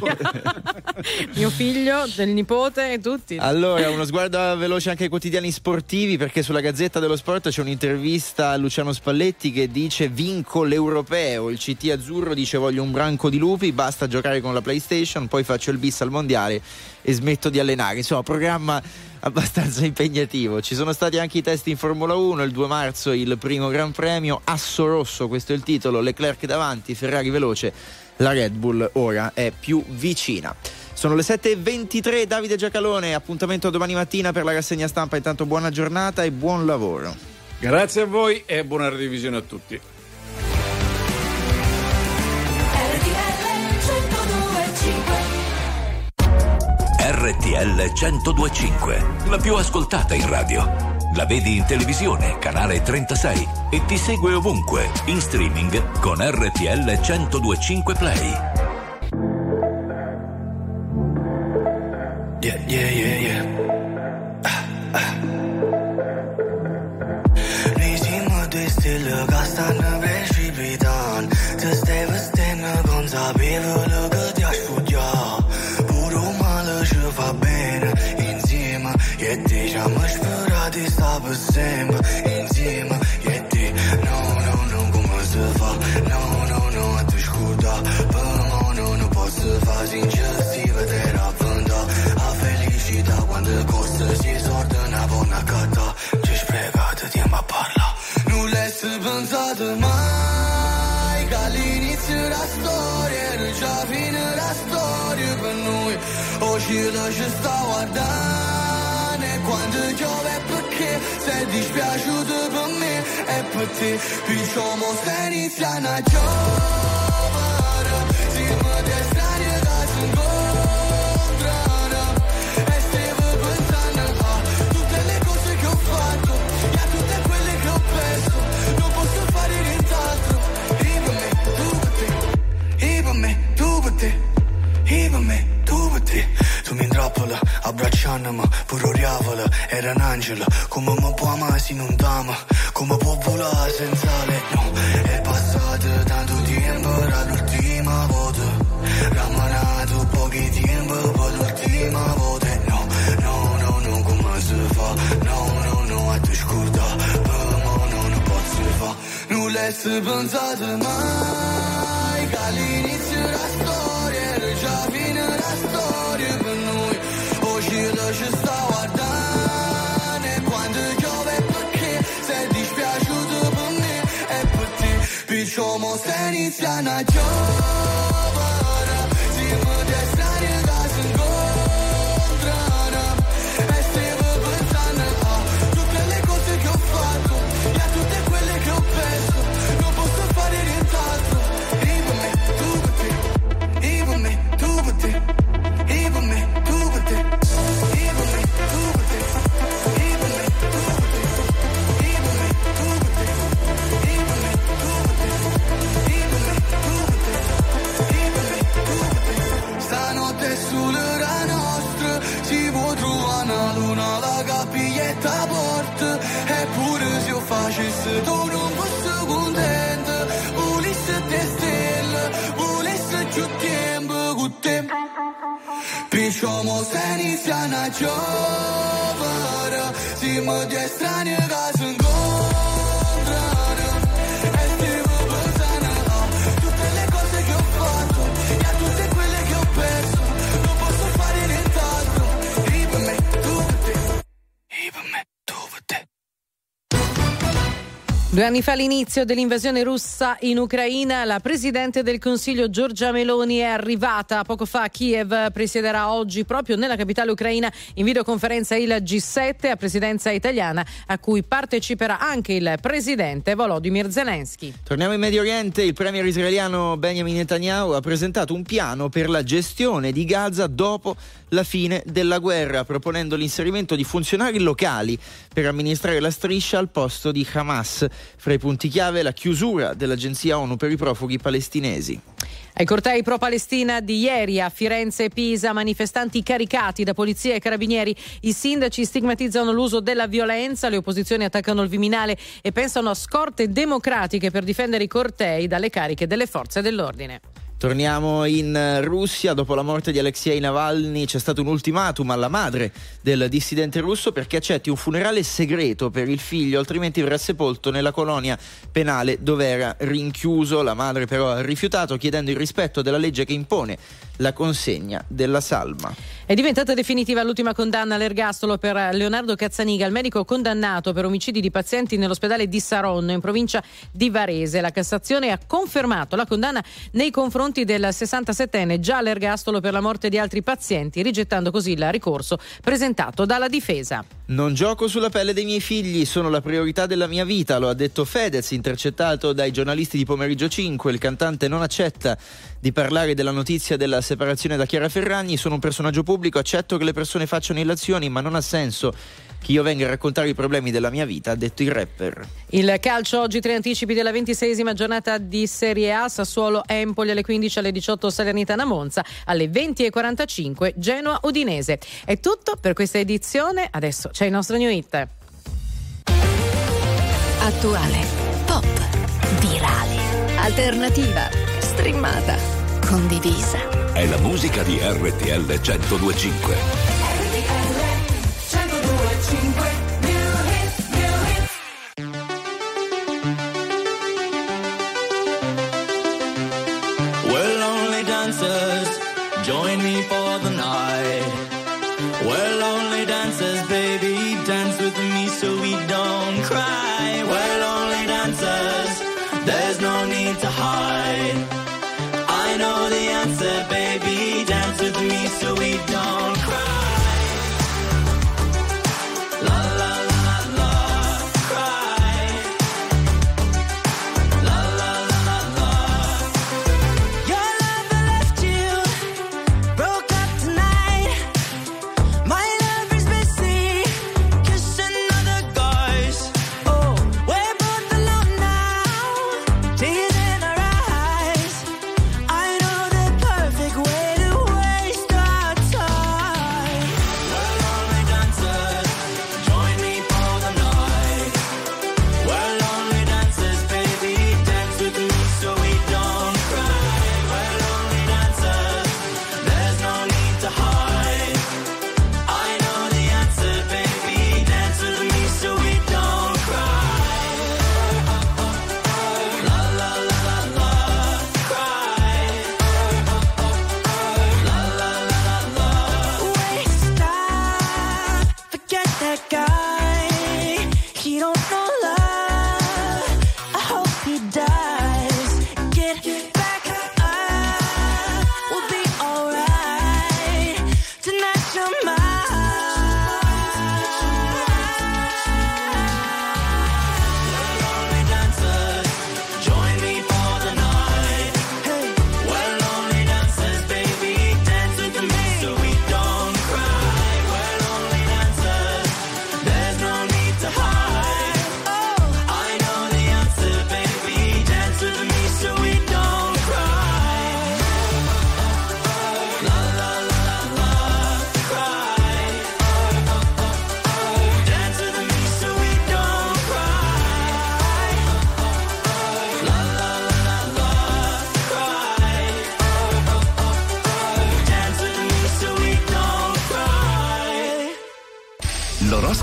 mio figlio, del nipote e tutti. Allora, uno sguardo veloce anche ai quotidiani sportivi, perché sulla Gazzetta dello Sport c'è un'intervista a Luciano Spalletti che dice vinco l'europeo, il C T azzurro dice voglio un branco di lupi, basta giocare con la PlayStation, poi faccio il bis al mondiale e smetto di allenare. Insomma, programma abbastanza impegnativo. Ci sono stati anche i test in Formula uno, il due marzo il primo Gran Premio, Asso Rosso, questo è il titolo, Leclerc davanti, Ferrari veloce, la Red Bull ora è più vicina. Sono le sette e ventitré, Davide Giacalone, appuntamento domani mattina per la rassegna stampa. Intanto buona giornata e buon lavoro. Grazie a voi e buona revisione a tutti. R T L centodue e cinque, la più ascoltata in radio. La vedi in televisione, canale trentasei, e ti segue ovunque, in streaming con R T L centodue e cinque Play. Yeah, yeah, yeah, yeah. Ah, ah. Regimo de stille gastană precipitan, te stai vestendo consapevole che ti hai studiato. Puro male ci fa bene, insieme, e te ci amo sperati sta per sempre, insieme, e te, no, no, no, come si fa, no, no, no, ti scorda, per me no, non posso fare sinceramente vedere a venda, a felicità quando costa si sorda una buona cata, ci spiegate tempo a parlare, non l'hai pensato mai, che all'inizio la storia era già fine la storia per noi. Oggi lo ci sta guardando e quando piove è perché sei dispiaciuto per me e per te. Diciamo se iniziano a giovere, siamo dei strani che si incontrano e stiamo pensando a tutte le cose che ho fatto e a tutte quelle che ho perso. Non posso fare nient'altro. E per me, tu per te. E per me, tu per te. E per me, tu per te. Tu mi intrappola, abbracciandomi, pure oriavola, era un angelo. Come mi può amare se non t'ama? Come può volare senza lei? No, è passato tanto tempo dall'ultima volta. Ramanato pochi tempo per l'ultima volta. No, no, no, no, come si fa? No, no, no, a te scorda, per me no, non posso fa. Non l'hai pensato mai, che all'inizio della storia era già fine la storia per noi. Oggi lo ci sta guardando e quando piove perché sei dispiaciuto per me e per te. Diciamo se iniziano a giovere, siamo dei strani che si incontrano e stiamo pensando a tutte le cose che ho fatto e a tutte quelle che ho perso. Non posso fare nient'altro. E per me, tu per te. E per me, tu per te. E per me, tu per te. E per me, tu per te. E per me, tu per te. E per me, tu per te. E per me, tu per te. E per me, tu per te. E per me, tu per te. Stanotte sulla nostra si può trovare una luna, la capiglietta porta. Eppure se io facessi tu non fossi contento. Volessi te stelle, volessi più tempo con te. Diciamo se iniziano a giovere, siamo dei strani che si incontrano e stiamo pensando a tutte le cose che ho fatto e a tutte quelle che ho perso. Non posso fare nient'altro. E per me, tu per te. E per me, tu per te. Due anni fa all'inizio dell'invasione russa in Ucraina, la Presidente del Consiglio Giorgia Meloni è arrivata poco fa a Kiev, presiederà oggi proprio nella capitale ucraina in videoconferenza il G sette a presidenza italiana a cui parteciperà anche il Presidente Volodymyr Zelensky. Torniamo in Medio Oriente, il premier israeliano Benjamin Netanyahu ha presentato un piano per la gestione di Gaza dopo la fine della guerra, proponendo l'inserimento di funzionari locali per amministrare la striscia al posto di Hamas. Fra i punti chiave la chiusura dell'agenzia ONU per i profughi palestinesi. Ai cortei pro-Palestina di ieri a Firenze e Pisa, manifestanti caricati da polizia e carabinieri. I sindaci stigmatizzano l'uso della violenza, le opposizioni attaccano il Viminale e pensano a scorte democratiche per difendere i cortei dalle cariche delle forze dell'ordine. Torniamo in Russia. Dopo la morte di Alexei Navalny c'è stato un ultimatum alla madre del dissidente russo perché accetti un funerale segreto per il figlio, altrimenti verrà sepolto nella colonia penale dove era rinchiuso. La madre però ha rifiutato, chiedendo il rispetto della legge che impone la consegna della salma. È diventata definitiva l'ultima condanna all'ergastolo per Leonardo Cazzaniga, il medico condannato per omicidi di pazienti nell'ospedale di Saronno in provincia di Varese. La Cassazione ha confermato la condanna nei confronti del sessantasettenne già all'ergastolo per la morte di altri pazienti, rigettando così il ricorso presentato dalla difesa. Non gioco sulla pelle dei miei figli, sono la priorità della mia vita, lo ha detto Fedez, intercettato dai giornalisti di Pomeriggio cinque. Il cantante non accetta di parlare della notizia della separazione da Chiara Ferragni. Sono un personaggio pubblico, accetto che le persone facciano illazioni, ma non ha senso che io venga a raccontare i problemi della mia vita, ha detto il rapper. Il calcio, oggi tre anticipi della ventiseiesima giornata di Serie A: Sassuolo Empoli alle quindici, alle diciotto Salernitana Monza, alle venti e quarantacinque Genoa Udinese. È tutto per questa edizione, adesso c'è il nostro new hit. Attuale, pop, virale, alternativa, streamata, condivisa. È la musica di R T L centodue e cinque. Join me for the night. We're lonely dancers, baby, dance with me so we don't cry. We're lonely dancers, there's no need to hide. I know the answer, baby, dance with me so we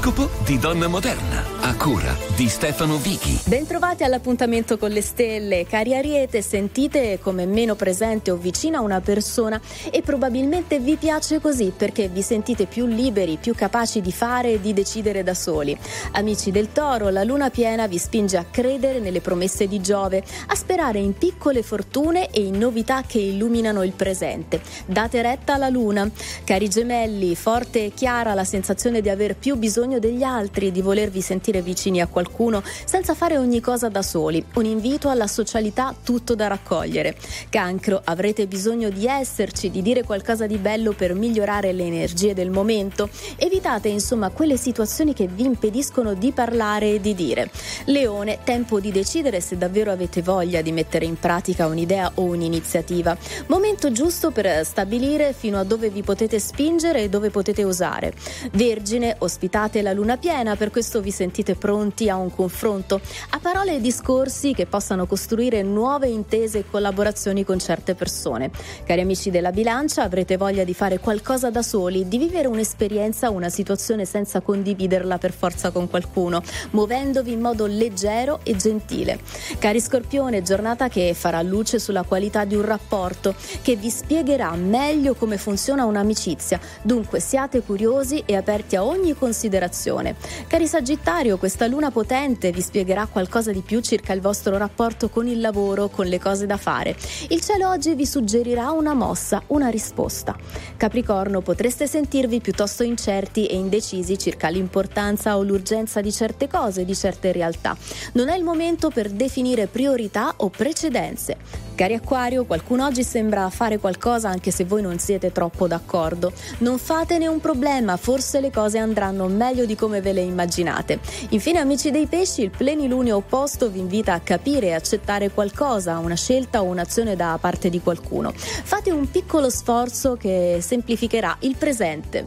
L'oroscopo di Donna Moderna, a cura di Stefano Vichi. Bentrovati all'appuntamento con le stelle. Cari Ariete, sentite come meno presente o vicina una persona e probabilmente vi piace così perché vi sentite più liberi, più capaci di fare e di decidere da soli. Amici del Toro, la luna piena vi spinge a credere nelle promesse di Giove, a sperare in piccole fortune e in novità che illuminano il presente. Date retta alla luna. Cari Gemelli, forte e chiara la sensazione di aver più bisogno degli altri, di volervi sentire vicini a qualcuno senza fare ogni cosa da soli. Un invito alla socialità tutto da raccogliere. Cancro, avrete bisogno di esserci, di dire qualcosa di bello per migliorare le energie del momento. Evitate insomma quelle situazioni che vi impediscono di parlare e di dire. Leone, tempo di decidere se davvero avete voglia di mettere in pratica un'idea o un'iniziativa. Momento giusto per stabilire fino a dove vi potete spingere e dove potete osare. Vergine, ospitate la luna piena, per questo vi sentite pronti a un confronto, a parole e discorsi che possano costruire nuove intese e collaborazioni con certe persone. Cari amici della Bilancia, avrete voglia di fare qualcosa da soli, di vivere un'esperienza, una situazione senza condividerla per forza con qualcuno, muovendovi in modo leggero e gentile. Cari Scorpione, giornata che farà luce sulla qualità di un rapporto, che vi spiegherà meglio come funziona un'amicizia. Dunque siate curiosi e aperti a ogni considerazione. Cari Sagittario, questa luna potente vi spiegherà qualcosa di più circa il vostro rapporto con il lavoro, con le cose da fare. Il cielo oggi vi suggerirà una mossa, una risposta. Capricorno, potreste sentirvi piuttosto incerti e indecisi circa l'importanza o l'urgenza di certe cose, di certe realtà. Non è il momento per definire priorità o precedenze. Cari Acquario, qualcuno oggi sembra fare qualcosa anche se voi non siete troppo d'accordo. Non fatene un problema, forse le cose andranno meglio di come ve le immaginate. Infine, amici dei Pesci, il plenilunio opposto vi invita a capire e accettare qualcosa, una scelta o un'azione da parte di qualcuno. Fate un piccolo sforzo che semplificherà il presente.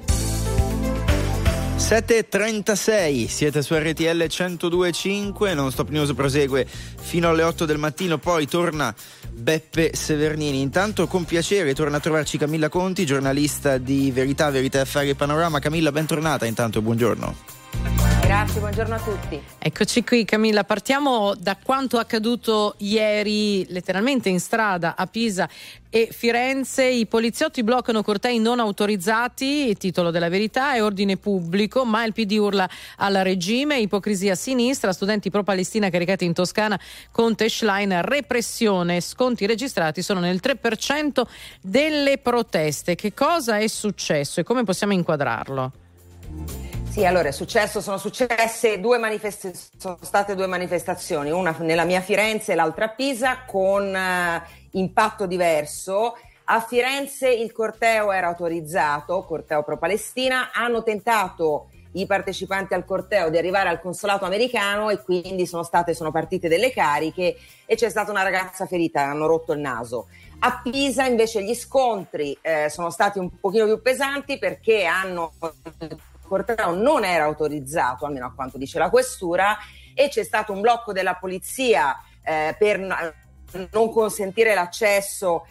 sette e trentasei, siete su R T L centodue e cinque, Non Stop News prosegue fino alle otto del mattino, poi torna Beppe Severnini. Intanto con piacere torna a trovarci Camilla Conti, giornalista di Verità, Verità e Affari e Panorama. Camilla, bentornata, intanto buongiorno. Grazie, buongiorno a tutti. Eccoci qui Camilla, partiamo da quanto accaduto ieri letteralmente in strada a Pisa e Firenze. I poliziotti bloccano cortei non autorizzati, titolo della Verità, e ordine pubblico, ma il P D urla al regime, ipocrisia a sinistra, studenti pro-Palestina caricati in Toscana con tagline repressione, sconti registrati sono nel tre per cento delle proteste. Che cosa è successo e come possiamo inquadrarlo? Sì, allora è successo, sono successe due manifestazioni, sono state due manifestazioni, una nella mia Firenze e l'altra a Pisa, con uh, impatto diverso. A Firenze il corteo era autorizzato, corteo pro-Palestina, hanno tentato i partecipanti al corteo di arrivare al consolato americano e quindi sono state, sono partite delle cariche e c'è stata una ragazza ferita, hanno rotto il naso. A Pisa invece gli scontri eh, sono stati un pochino più pesanti perché hanno... il corteo non era autorizzato, almeno a quanto dice la questura, e c'è stato un blocco della polizia eh, per non consentire l'accesso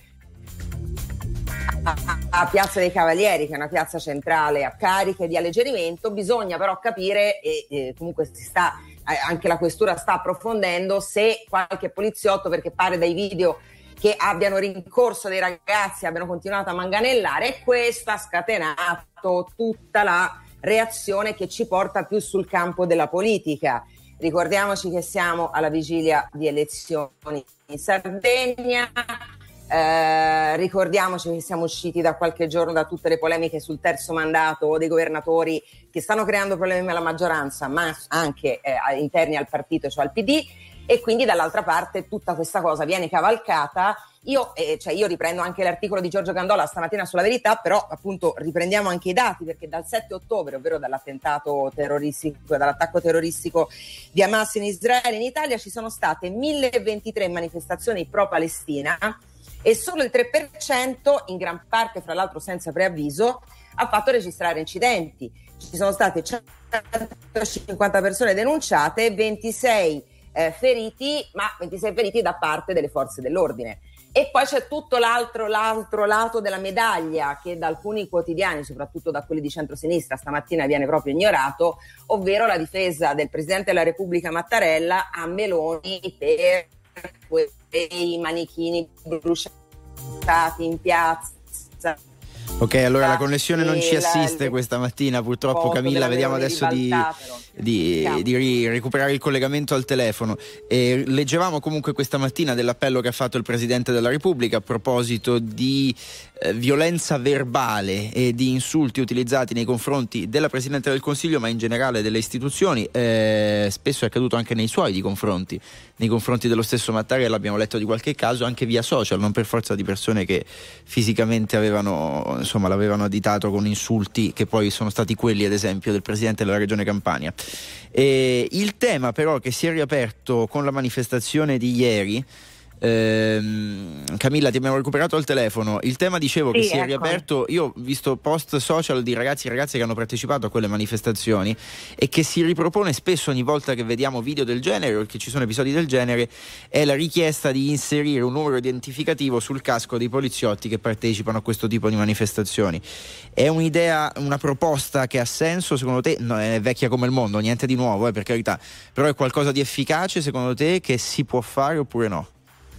a, a Piazza dei Cavalieri, che è una piazza centrale a cariche di alleggerimento. Bisogna però capire, e, e comunque si sta, eh, anche la questura sta approfondendo, se qualche poliziotto, perché pare dai video che abbiano rincorso dei ragazzi, abbiano continuato a manganellare, e questo ha scatenato tutta la reazione che ci porta più sul campo della politica. Ricordiamoci che siamo alla vigilia di elezioni in Sardegna, eh, ricordiamoci che siamo usciti da qualche giorno da tutte le polemiche sul terzo mandato dei governatori che stanno creando problemi alla maggioranza, ma anche eh, interni al partito, cioè al P D, e quindi dall'altra parte tutta questa cosa viene cavalcata. Io, eh, cioè io riprendo anche l'articolo di Giorgio Gandola stamattina sulla Verità, però appunto riprendiamo anche i dati, perché dal sette ottobre, ovvero dall'attentato terroristico, dall'attacco terroristico di Hamas in Israele, in Italia ci sono state mille ventitré manifestazioni pro-Palestina e solo il tre per cento, in gran parte fra l'altro senza preavviso, ha fatto registrare incidenti. Ci sono state centocinquanta persone denunciate, ventisei eh, feriti, ma ventisei feriti da parte delle forze dell'ordine. E poi c'è tutto l'altro, l'altro lato della medaglia che da alcuni quotidiani, soprattutto da quelli di centrosinistra, stamattina viene proprio ignorato, ovvero la difesa del Presidente della Repubblica Mattarella a Meloni per quei manichini bruciati in piazza. Ok, allora la connessione non ci assiste la, questa mattina, purtroppo Camilla, vediamo adesso di, di, di ri- recuperare il collegamento al telefono. E leggevamo comunque questa mattina dell'appello che ha fatto il Presidente della Repubblica a proposito di eh, violenza verbale e di insulti utilizzati nei confronti della Presidente del Consiglio, ma in generale delle istituzioni. Eh, spesso è accaduto anche nei suoi di confronti, nei confronti dello stesso Mattarella. Abbiamo letto di qualche caso anche via social, non per forza di persone che fisicamente avevano, insomma, l'avevano additato con insulti che poi sono stati quelli, ad esempio, del Presidente della Regione Campania. E il tema però che si è riaperto con la manifestazione di ieri, ehm, Camilla, ti abbiamo recuperato al telefono. Il tema, dicevo, sì, che si ecco. è riaperto. Io ho visto post social di ragazzi e ragazze che hanno partecipato a quelle manifestazioni e che si ripropone spesso ogni volta che vediamo video del genere o che ci sono episodi del genere, è la richiesta di inserire un numero identificativo sul casco dei poliziotti che partecipano a questo tipo di manifestazioni. È un'idea, una proposta che ha senso secondo te? No, è vecchia come il mondo, niente di nuovo, eh, per carità, però è qualcosa di efficace secondo te, che si può fare oppure no?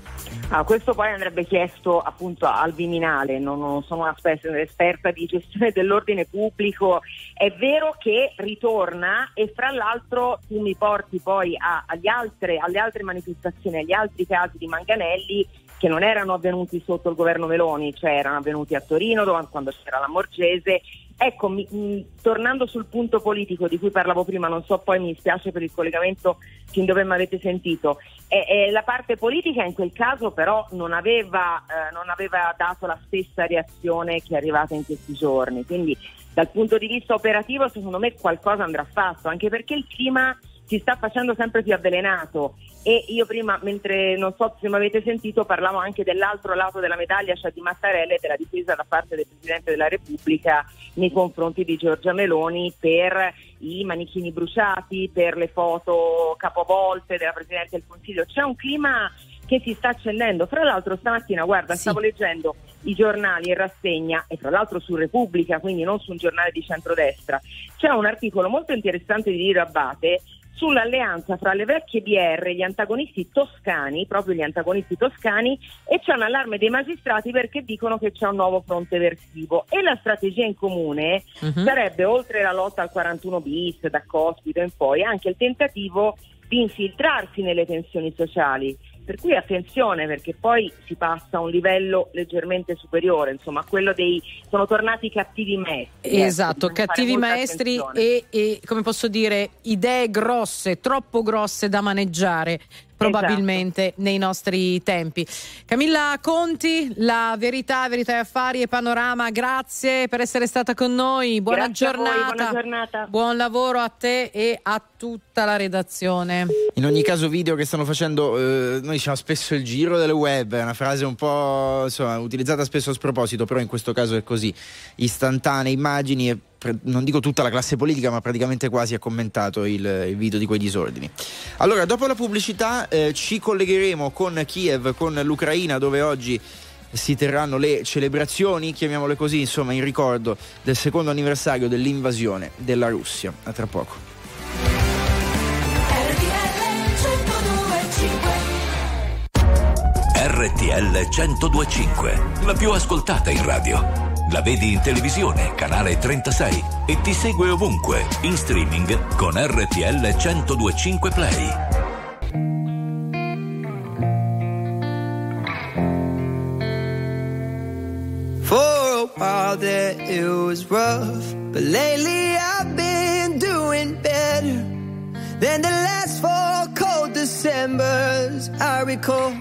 Ah, questo poi andrebbe chiesto appunto al Viminale, non, non sono una esperta di gestione dell'ordine pubblico. È vero che ritorna, e fra l'altro tu mi porti poi a, agli altre, alle altre manifestazioni, agli altri casi di manganelli che non erano avvenuti sotto il governo Meloni, cioè erano avvenuti a Torino dove, quando c'era la Morgese. Ecco, mi, mh, tornando sul punto politico di cui parlavo prima, non so, poi mi spiace per il collegamento fin dove mi avete sentito, e, e la parte politica in quel caso però non aveva, eh, non aveva dato la stessa reazione che è arrivata in questi giorni, quindi dal punto di vista operativo secondo me qualcosa andrà fatto, anche perché il clima si sta facendo sempre più avvelenato. E io prima, mentre non so se mi avete sentito, parlavo anche dell'altro lato della medaglia, cioè di Mattarella e della difesa da parte del Presidente della Repubblica nei confronti di Giorgia Meloni per i manichini bruciati, per le foto capovolte della Presidente del Consiglio. C'è un clima che si sta accendendo. Fra l'altro stamattina, guarda, sì. stavo leggendo i giornali in rassegna, e fra l'altro su Repubblica, quindi non su un giornale di centrodestra, c'è un articolo molto interessante di Lirio Abbate sull'alleanza fra le vecchie B R, gli antagonisti toscani, proprio gli antagonisti toscani, e c'è un allarme dei magistrati perché dicono che c'è un nuovo fronte eversivo, e la strategia in comune uh-huh. sarebbe, oltre la lotta al quarantuno bis, da Cospito in poi, anche il tentativo di infiltrarsi nelle tensioni sociali. Per cui attenzione, perché poi si passa a un livello leggermente superiore, insomma, quello dei sono tornati i cattivi maestri. Esatto, ecco, cattivi maestri e, e, come posso dire, idee grosse, troppo grosse da maneggiare probabilmente esatto. nei nostri tempi. Camilla Conti, La Verità, Verità e Affari e Panorama, grazie per essere stata con noi, buona grazie giornata. A voi, buona giornata, buon lavoro a te e a tutta la redazione. In ogni caso, video che stanno facendo, eh, noi diciamo spesso il giro del web, è una frase un po', insomma, utilizzata spesso a sproposito, però in questo caso è così, istantanee, immagini, e non dico tutta la classe politica, ma praticamente quasi ha commentato il, il video di quei disordini. Allora, dopo la pubblicità eh, ci collegheremo con Kiev, con l'Ucraina, dove oggi si terranno le celebrazioni, chiamiamole così, insomma, in ricordo del secondo anniversario dell'invasione della Russia. A tra poco. R T L centodue e cinque, la più ascoltata in radio. La vedi in televisione, canale trentasei, e ti segue ovunque, in streaming con R T L centodue e cinque Play. For a while there it was rough, but lately I've been doing better than the last four cold Decembers I recall.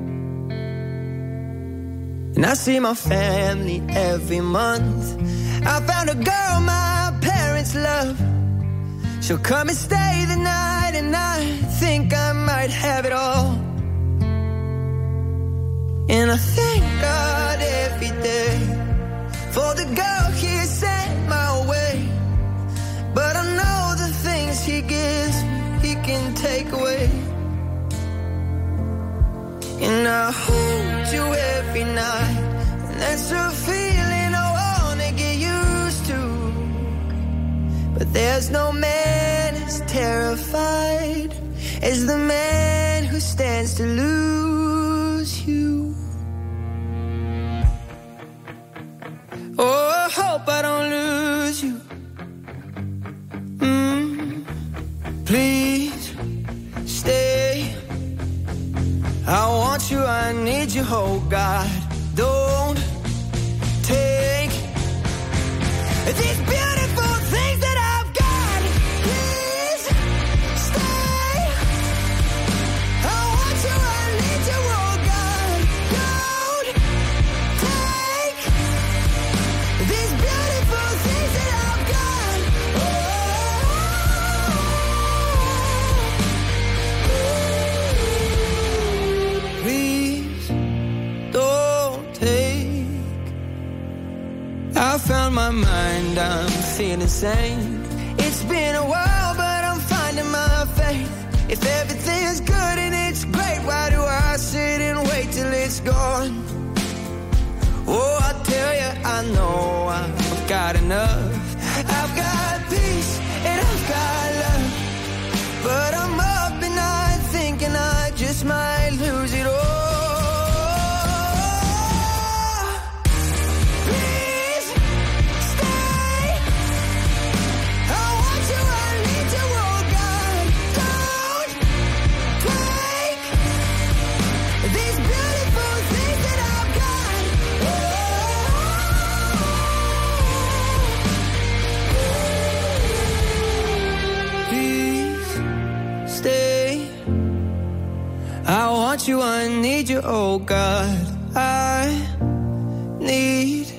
And I see my family every month. I found a girl my parents love. She'll come and stay the night, and I think I might have it all. And I thank God every day for the girl He sent my way. But I know the things He gives me, He can take away. and I hold you every night, and that's a feeling I wanna get used to. But there's no man as terrified as the man who stands to lose you. Oh, I hope I don't lose you. Mm, please stay. I want you, I need you, oh God. Don't take these beautiful things that I've got. Please stay. I want you, I need you, oh God. Don't take these beautiful things that I've got. Oh, please don't take. I found my mind, I'm feeling sane. It's been a while, but I'm finding my faith. If everything's good and it's great, why do I sit and wait till it's gone? Oh, I tell you, I know I've got enough. I've got peace and I've got love, but I'm up at night thinking I just might lose it all. Please stay. I want you, I need you, oh God. Don't take these beautiful things that I've got. Please stay. I want you, I need you, oh God. I need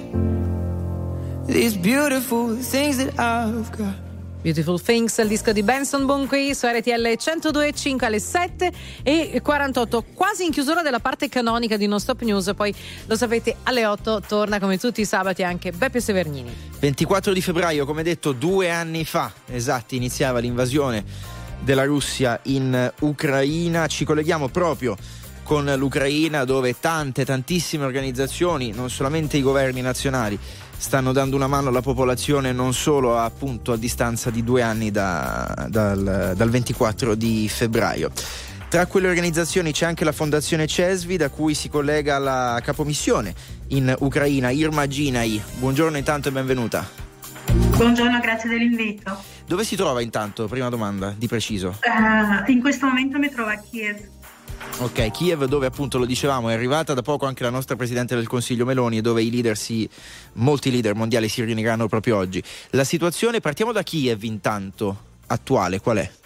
these beautiful things that I've got. Beautiful Things, il disco di Benson Boone qui su R T L centodue e cinque alle sette e quarantotto, quasi in chiusura della parte canonica di Non Stop News. Poi lo sapete, alle otto torna come tutti i sabati anche Beppe Severnini. ventiquattro di febbraio, come detto, due anni fa esatti, iniziava l'invasione della Russia in Ucraina. Ci colleghiamo proprio con l'Ucraina, dove tante, tantissime organizzazioni, non solamente i governi nazionali, stanno dando una mano alla popolazione, non solo appunto a distanza di due anni da, dal, dal ventiquattro di febbraio. Tra quelle organizzazioni c'è anche la Fondazione Cesvi, da cui si collega la capomissione in Ucraina, Irma Ginai. Buongiorno intanto e benvenuta. Buongiorno, grazie dell'invito. Dove si trova intanto? Prima domanda, di preciso. Uh, in questo momento mi trovo a Kiev. Ok, Kiev, dove appunto lo dicevamo è arrivata da poco anche la nostra Presidente del Consiglio Meloni, e dove i leader si, molti leader mondiali si riuniranno proprio oggi. La situazione, partiamo da Kiev intanto, attuale, qual è?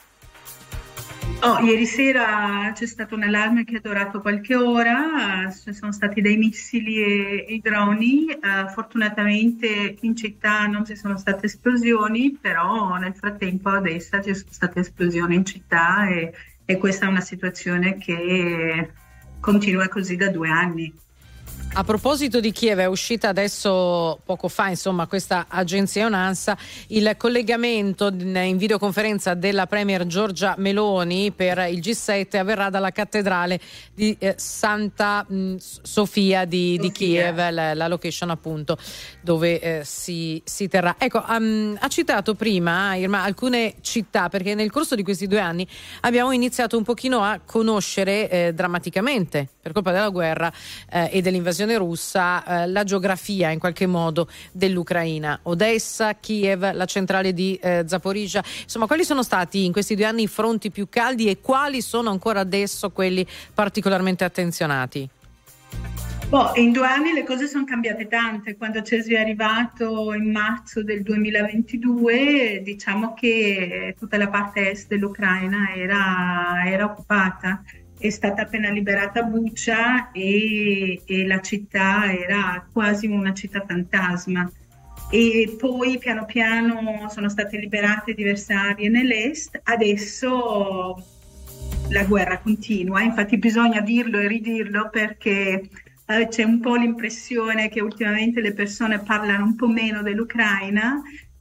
Oh, ieri sera c'è stato un allarme che è durato qualche ora, ci sono stati dei missili e, e droni, uh, fortunatamente in città non ci sono state esplosioni, però nel frattempo a destra ci sono state esplosioni in città e E questa è una situazione che continua così da due anni. A proposito di Kiev, è uscita adesso poco fa, insomma, questa agenzia UNANSA, il collegamento in videoconferenza della Premier Giorgia Meloni per il G sette avverrà dalla cattedrale di eh, Santa mh, Sofia di, di Kiev, la, la location appunto dove eh, si, si terrà. Ecco, um, ha citato prima Irma alcune città, perché nel corso di questi due anni abbiamo iniziato un pochino a conoscere eh, drammaticamente, per colpa della guerra eh, e dell'invasione russa, eh, la geografia in qualche modo dell'Ucraina. Odessa, Kiev, la centrale di eh, Zaporizhzhia. Insomma, quali sono stati in questi due anni i fronti più caldi e quali sono ancora adesso quelli particolarmente attenzionati? Boh, in due anni le cose sono cambiate tante. Quando Cesvi è arrivato in marzo del duemilaventidue, diciamo che tutta la parte est dell'Ucraina era, era occupata. È stata appena liberata Bucha e, e la città era quasi una città fantasma. E poi piano piano sono state liberate diverse aree nell'est. Adesso la guerra continua, infatti bisogna dirlo e ridirlo, perché eh, c'è un po' l'impressione che ultimamente le persone parlano un po' meno dell'Ucraina,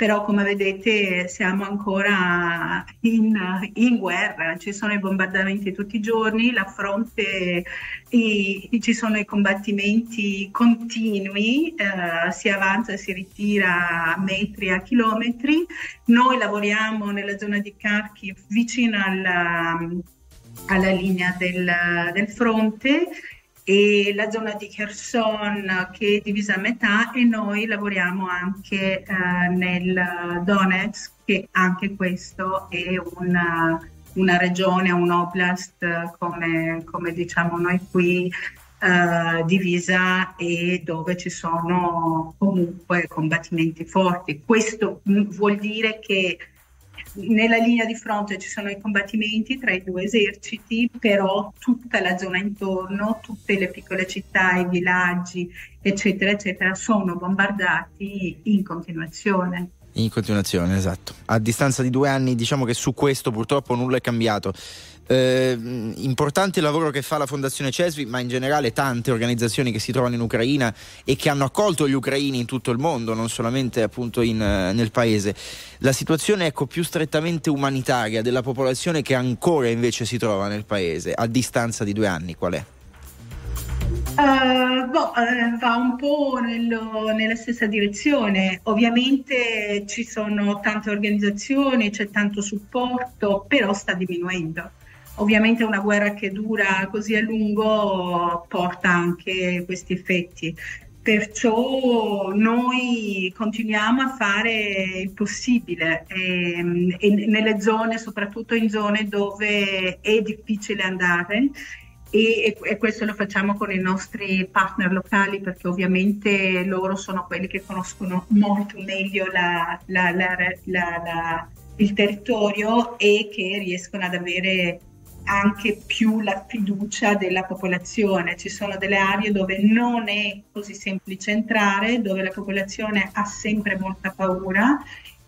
però come vedete siamo ancora in, in guerra, ci sono i bombardamenti tutti i giorni, la fronte, i, ci sono i combattimenti continui, eh, si avanza e si ritira a metri, a chilometri. Noi lavoriamo nella zona di Kharkiv vicino alla, alla linea del, del fronte, e la zona di Kherson che è divisa a metà, e noi lavoriamo anche eh, nel Donetsk, che anche questo è una, una regione, un oblast come, come diciamo noi qui, eh, divisa, e dove ci sono comunque combattimenti forti. Questo vuol dire che nella linea di fronte ci sono i combattimenti tra i due eserciti, però tutta la zona intorno, tutte le piccole città, i villaggi, eccetera, eccetera, sono bombardati in continuazione. In continuazione, esatto. A distanza di due anni, diciamo che su questo purtroppo nulla è cambiato. Eh, importante il lavoro che fa la Fondazione CESVI, ma in generale tante organizzazioni che si trovano in Ucraina e che hanno accolto gli ucraini in tutto il mondo, non solamente appunto in, nel paese. La situazione, ecco, più strettamente umanitaria della popolazione che ancora invece si trova nel paese a distanza di due anni, qual è? Uh, boh, uh, va un po' nello, nella stessa direzione. Ovviamente ci sono tante organizzazioni, c'è tanto supporto, però sta diminuendo. Ovviamente una guerra che dura così a lungo porta anche questi effetti. Perciò noi continuiamo a fare il possibile e, e nelle zone, soprattutto in zone dove è difficile andare. E, e questo lo facciamo con i nostri partner locali, perché ovviamente loro sono quelli che conoscono molto meglio la, la, la, la, la, il territorio, e che riescono ad avere anche più la fiducia della popolazione. Ci sono delle aree dove non è così semplice entrare, dove la popolazione ha sempre molta paura,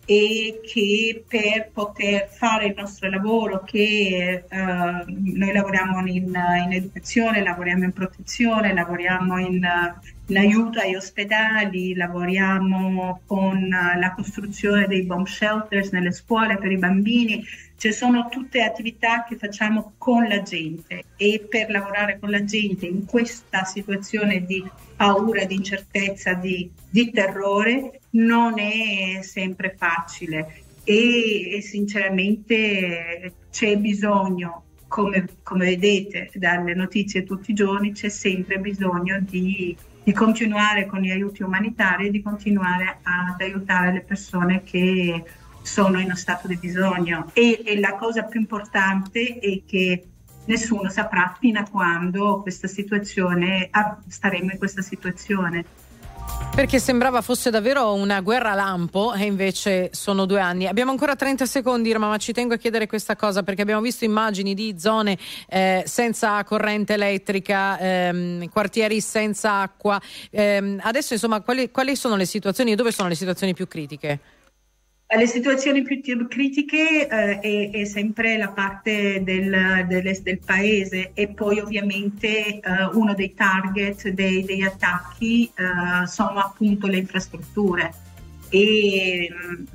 e che per poter fare il nostro lavoro, che uh, noi lavoriamo in, in educazione, lavoriamo in protezione, lavoriamo in, in aiuto agli ospedali, lavoriamo con uh, la costruzione dei bomb shelters nelle scuole per i bambini. Ci sono tutte attività che facciamo con la gente, e per lavorare con la gente in questa situazione di paura, di incertezza, di, di terrore non è sempre facile, e, e sinceramente c'è bisogno, come, come vedete dalle notizie tutti i giorni, c'è sempre bisogno di, di continuare con gli aiuti umanitari e di continuare ad aiutare le persone che sono in uno stato di bisogno. E, e la cosa più importante è che nessuno saprà fino a quando questa situazione ah, staremo in questa situazione. Perché sembrava fosse davvero una guerra lampo, e invece sono due anni. Abbiamo ancora trenta secondi, Irma, ma ci tengo a chiedere questa cosa, perché abbiamo visto immagini di zone eh, senza corrente elettrica, ehm, quartieri senza acqua. Ehm, adesso insomma quali, quali sono le situazioni e dove sono le situazioni più critiche? Le situazioni più critiche eh, è, è sempre la parte del, dell'est del paese, e poi ovviamente eh, uno dei target dei, degli attacchi eh, sono appunto le infrastrutture, e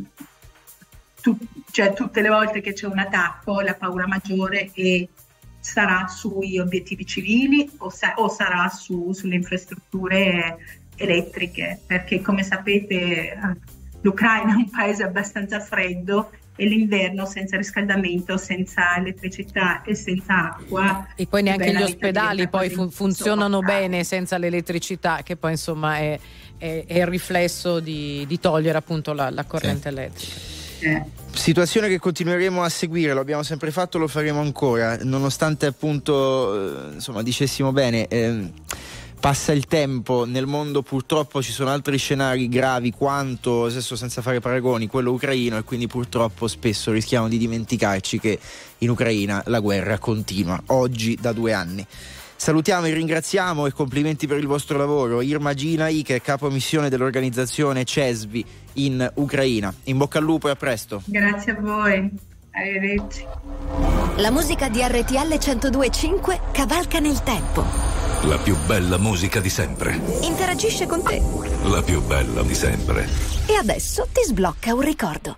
tu, cioè, tutte le volte che c'è un attacco la paura maggiore è, sarà sugli obiettivi civili o, sa, o sarà su, sulle infrastrutture elettriche, perché come sapete l'Ucraina è un paese abbastanza freddo, e l'inverno senza riscaldamento, senza elettricità e senza acqua. E poi neanche gli ospedali poi fun- funzionano bene senza l'elettricità, che poi insomma è, è, è il riflesso di, di togliere appunto la, la corrente sì. elettrica. Eh. Situazione che continueremo a seguire, lo abbiamo sempre fatto, lo faremo ancora, nonostante appunto, eh, insomma, dicessimo bene, eh, passa il tempo, nel mondo purtroppo ci sono altri scenari gravi quanto, adesso senza fare paragoni, quello ucraino, e quindi purtroppo spesso rischiamo di dimenticarci che in Ucraina la guerra continua, oggi da due anni. Salutiamo e ringraziamo, e complimenti per il vostro lavoro, Irma Ginai, che è capo missione dell'organizzazione CESVI in Ucraina. In bocca al lupo e a presto. Grazie a voi, arrivederci. La musica di R T L centodue e cinque cavalca nel tempo. La più bella musica di sempre. Interagisce con te. La più bella di sempre. E adesso ti sblocca un ricordo.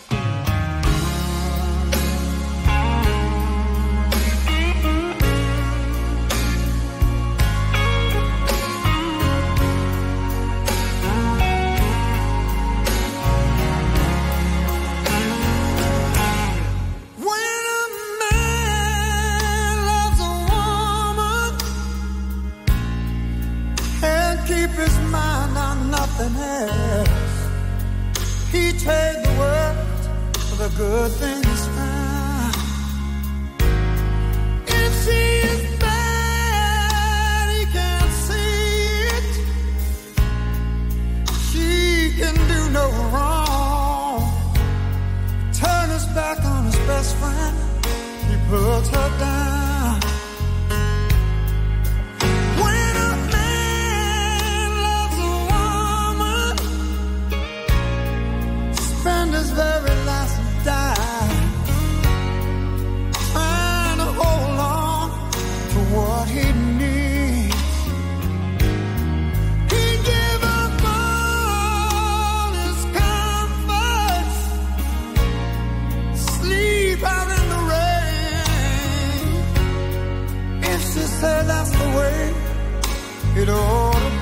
He trade the world for the good things found. If she is bad, he can't see it. She can do no wrong. Turn his back on his best friend, he puts her down. His very last dime, trying to hold on to what he needs. He gave up all his comforts, sleep out in the rain. If she said that's the way it ought to be.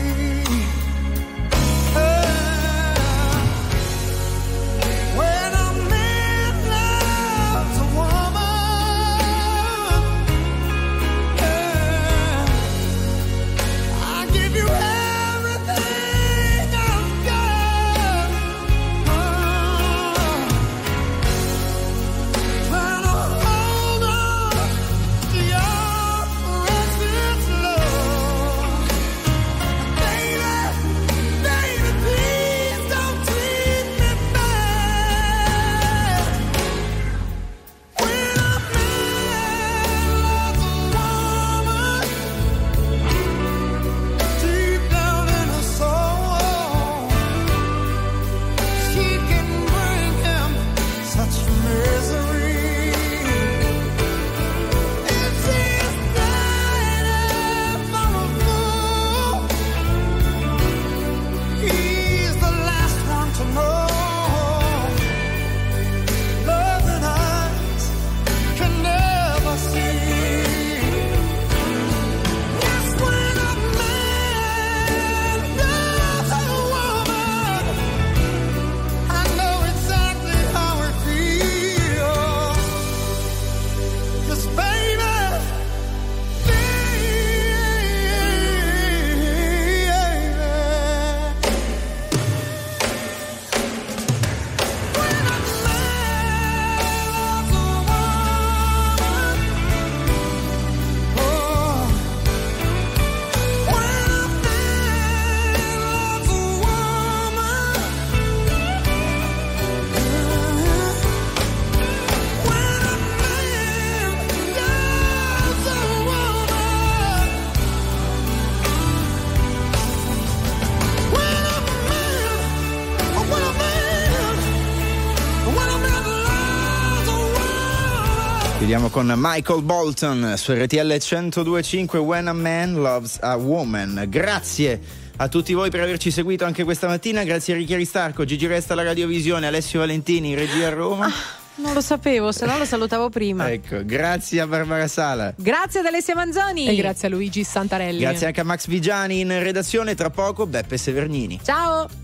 Chiudiamo con Michael Bolton su R T L centodue e cinque, When a Man Loves a Woman. Grazie a tutti voi per averci seguito anche questa mattina. Grazie a Ricky Aristarco, Gigi Resta alla radiovisione, Alessio Valentini in regia a Roma. Ah, non lo sapevo, se no lo salutavo prima. Ecco, grazie a Barbara Sala. Grazie ad Alessia Manzoni. E grazie a Luigi Santarelli. Grazie anche a Max Vigiani in redazione. Tra poco Beppe Severnini. Ciao.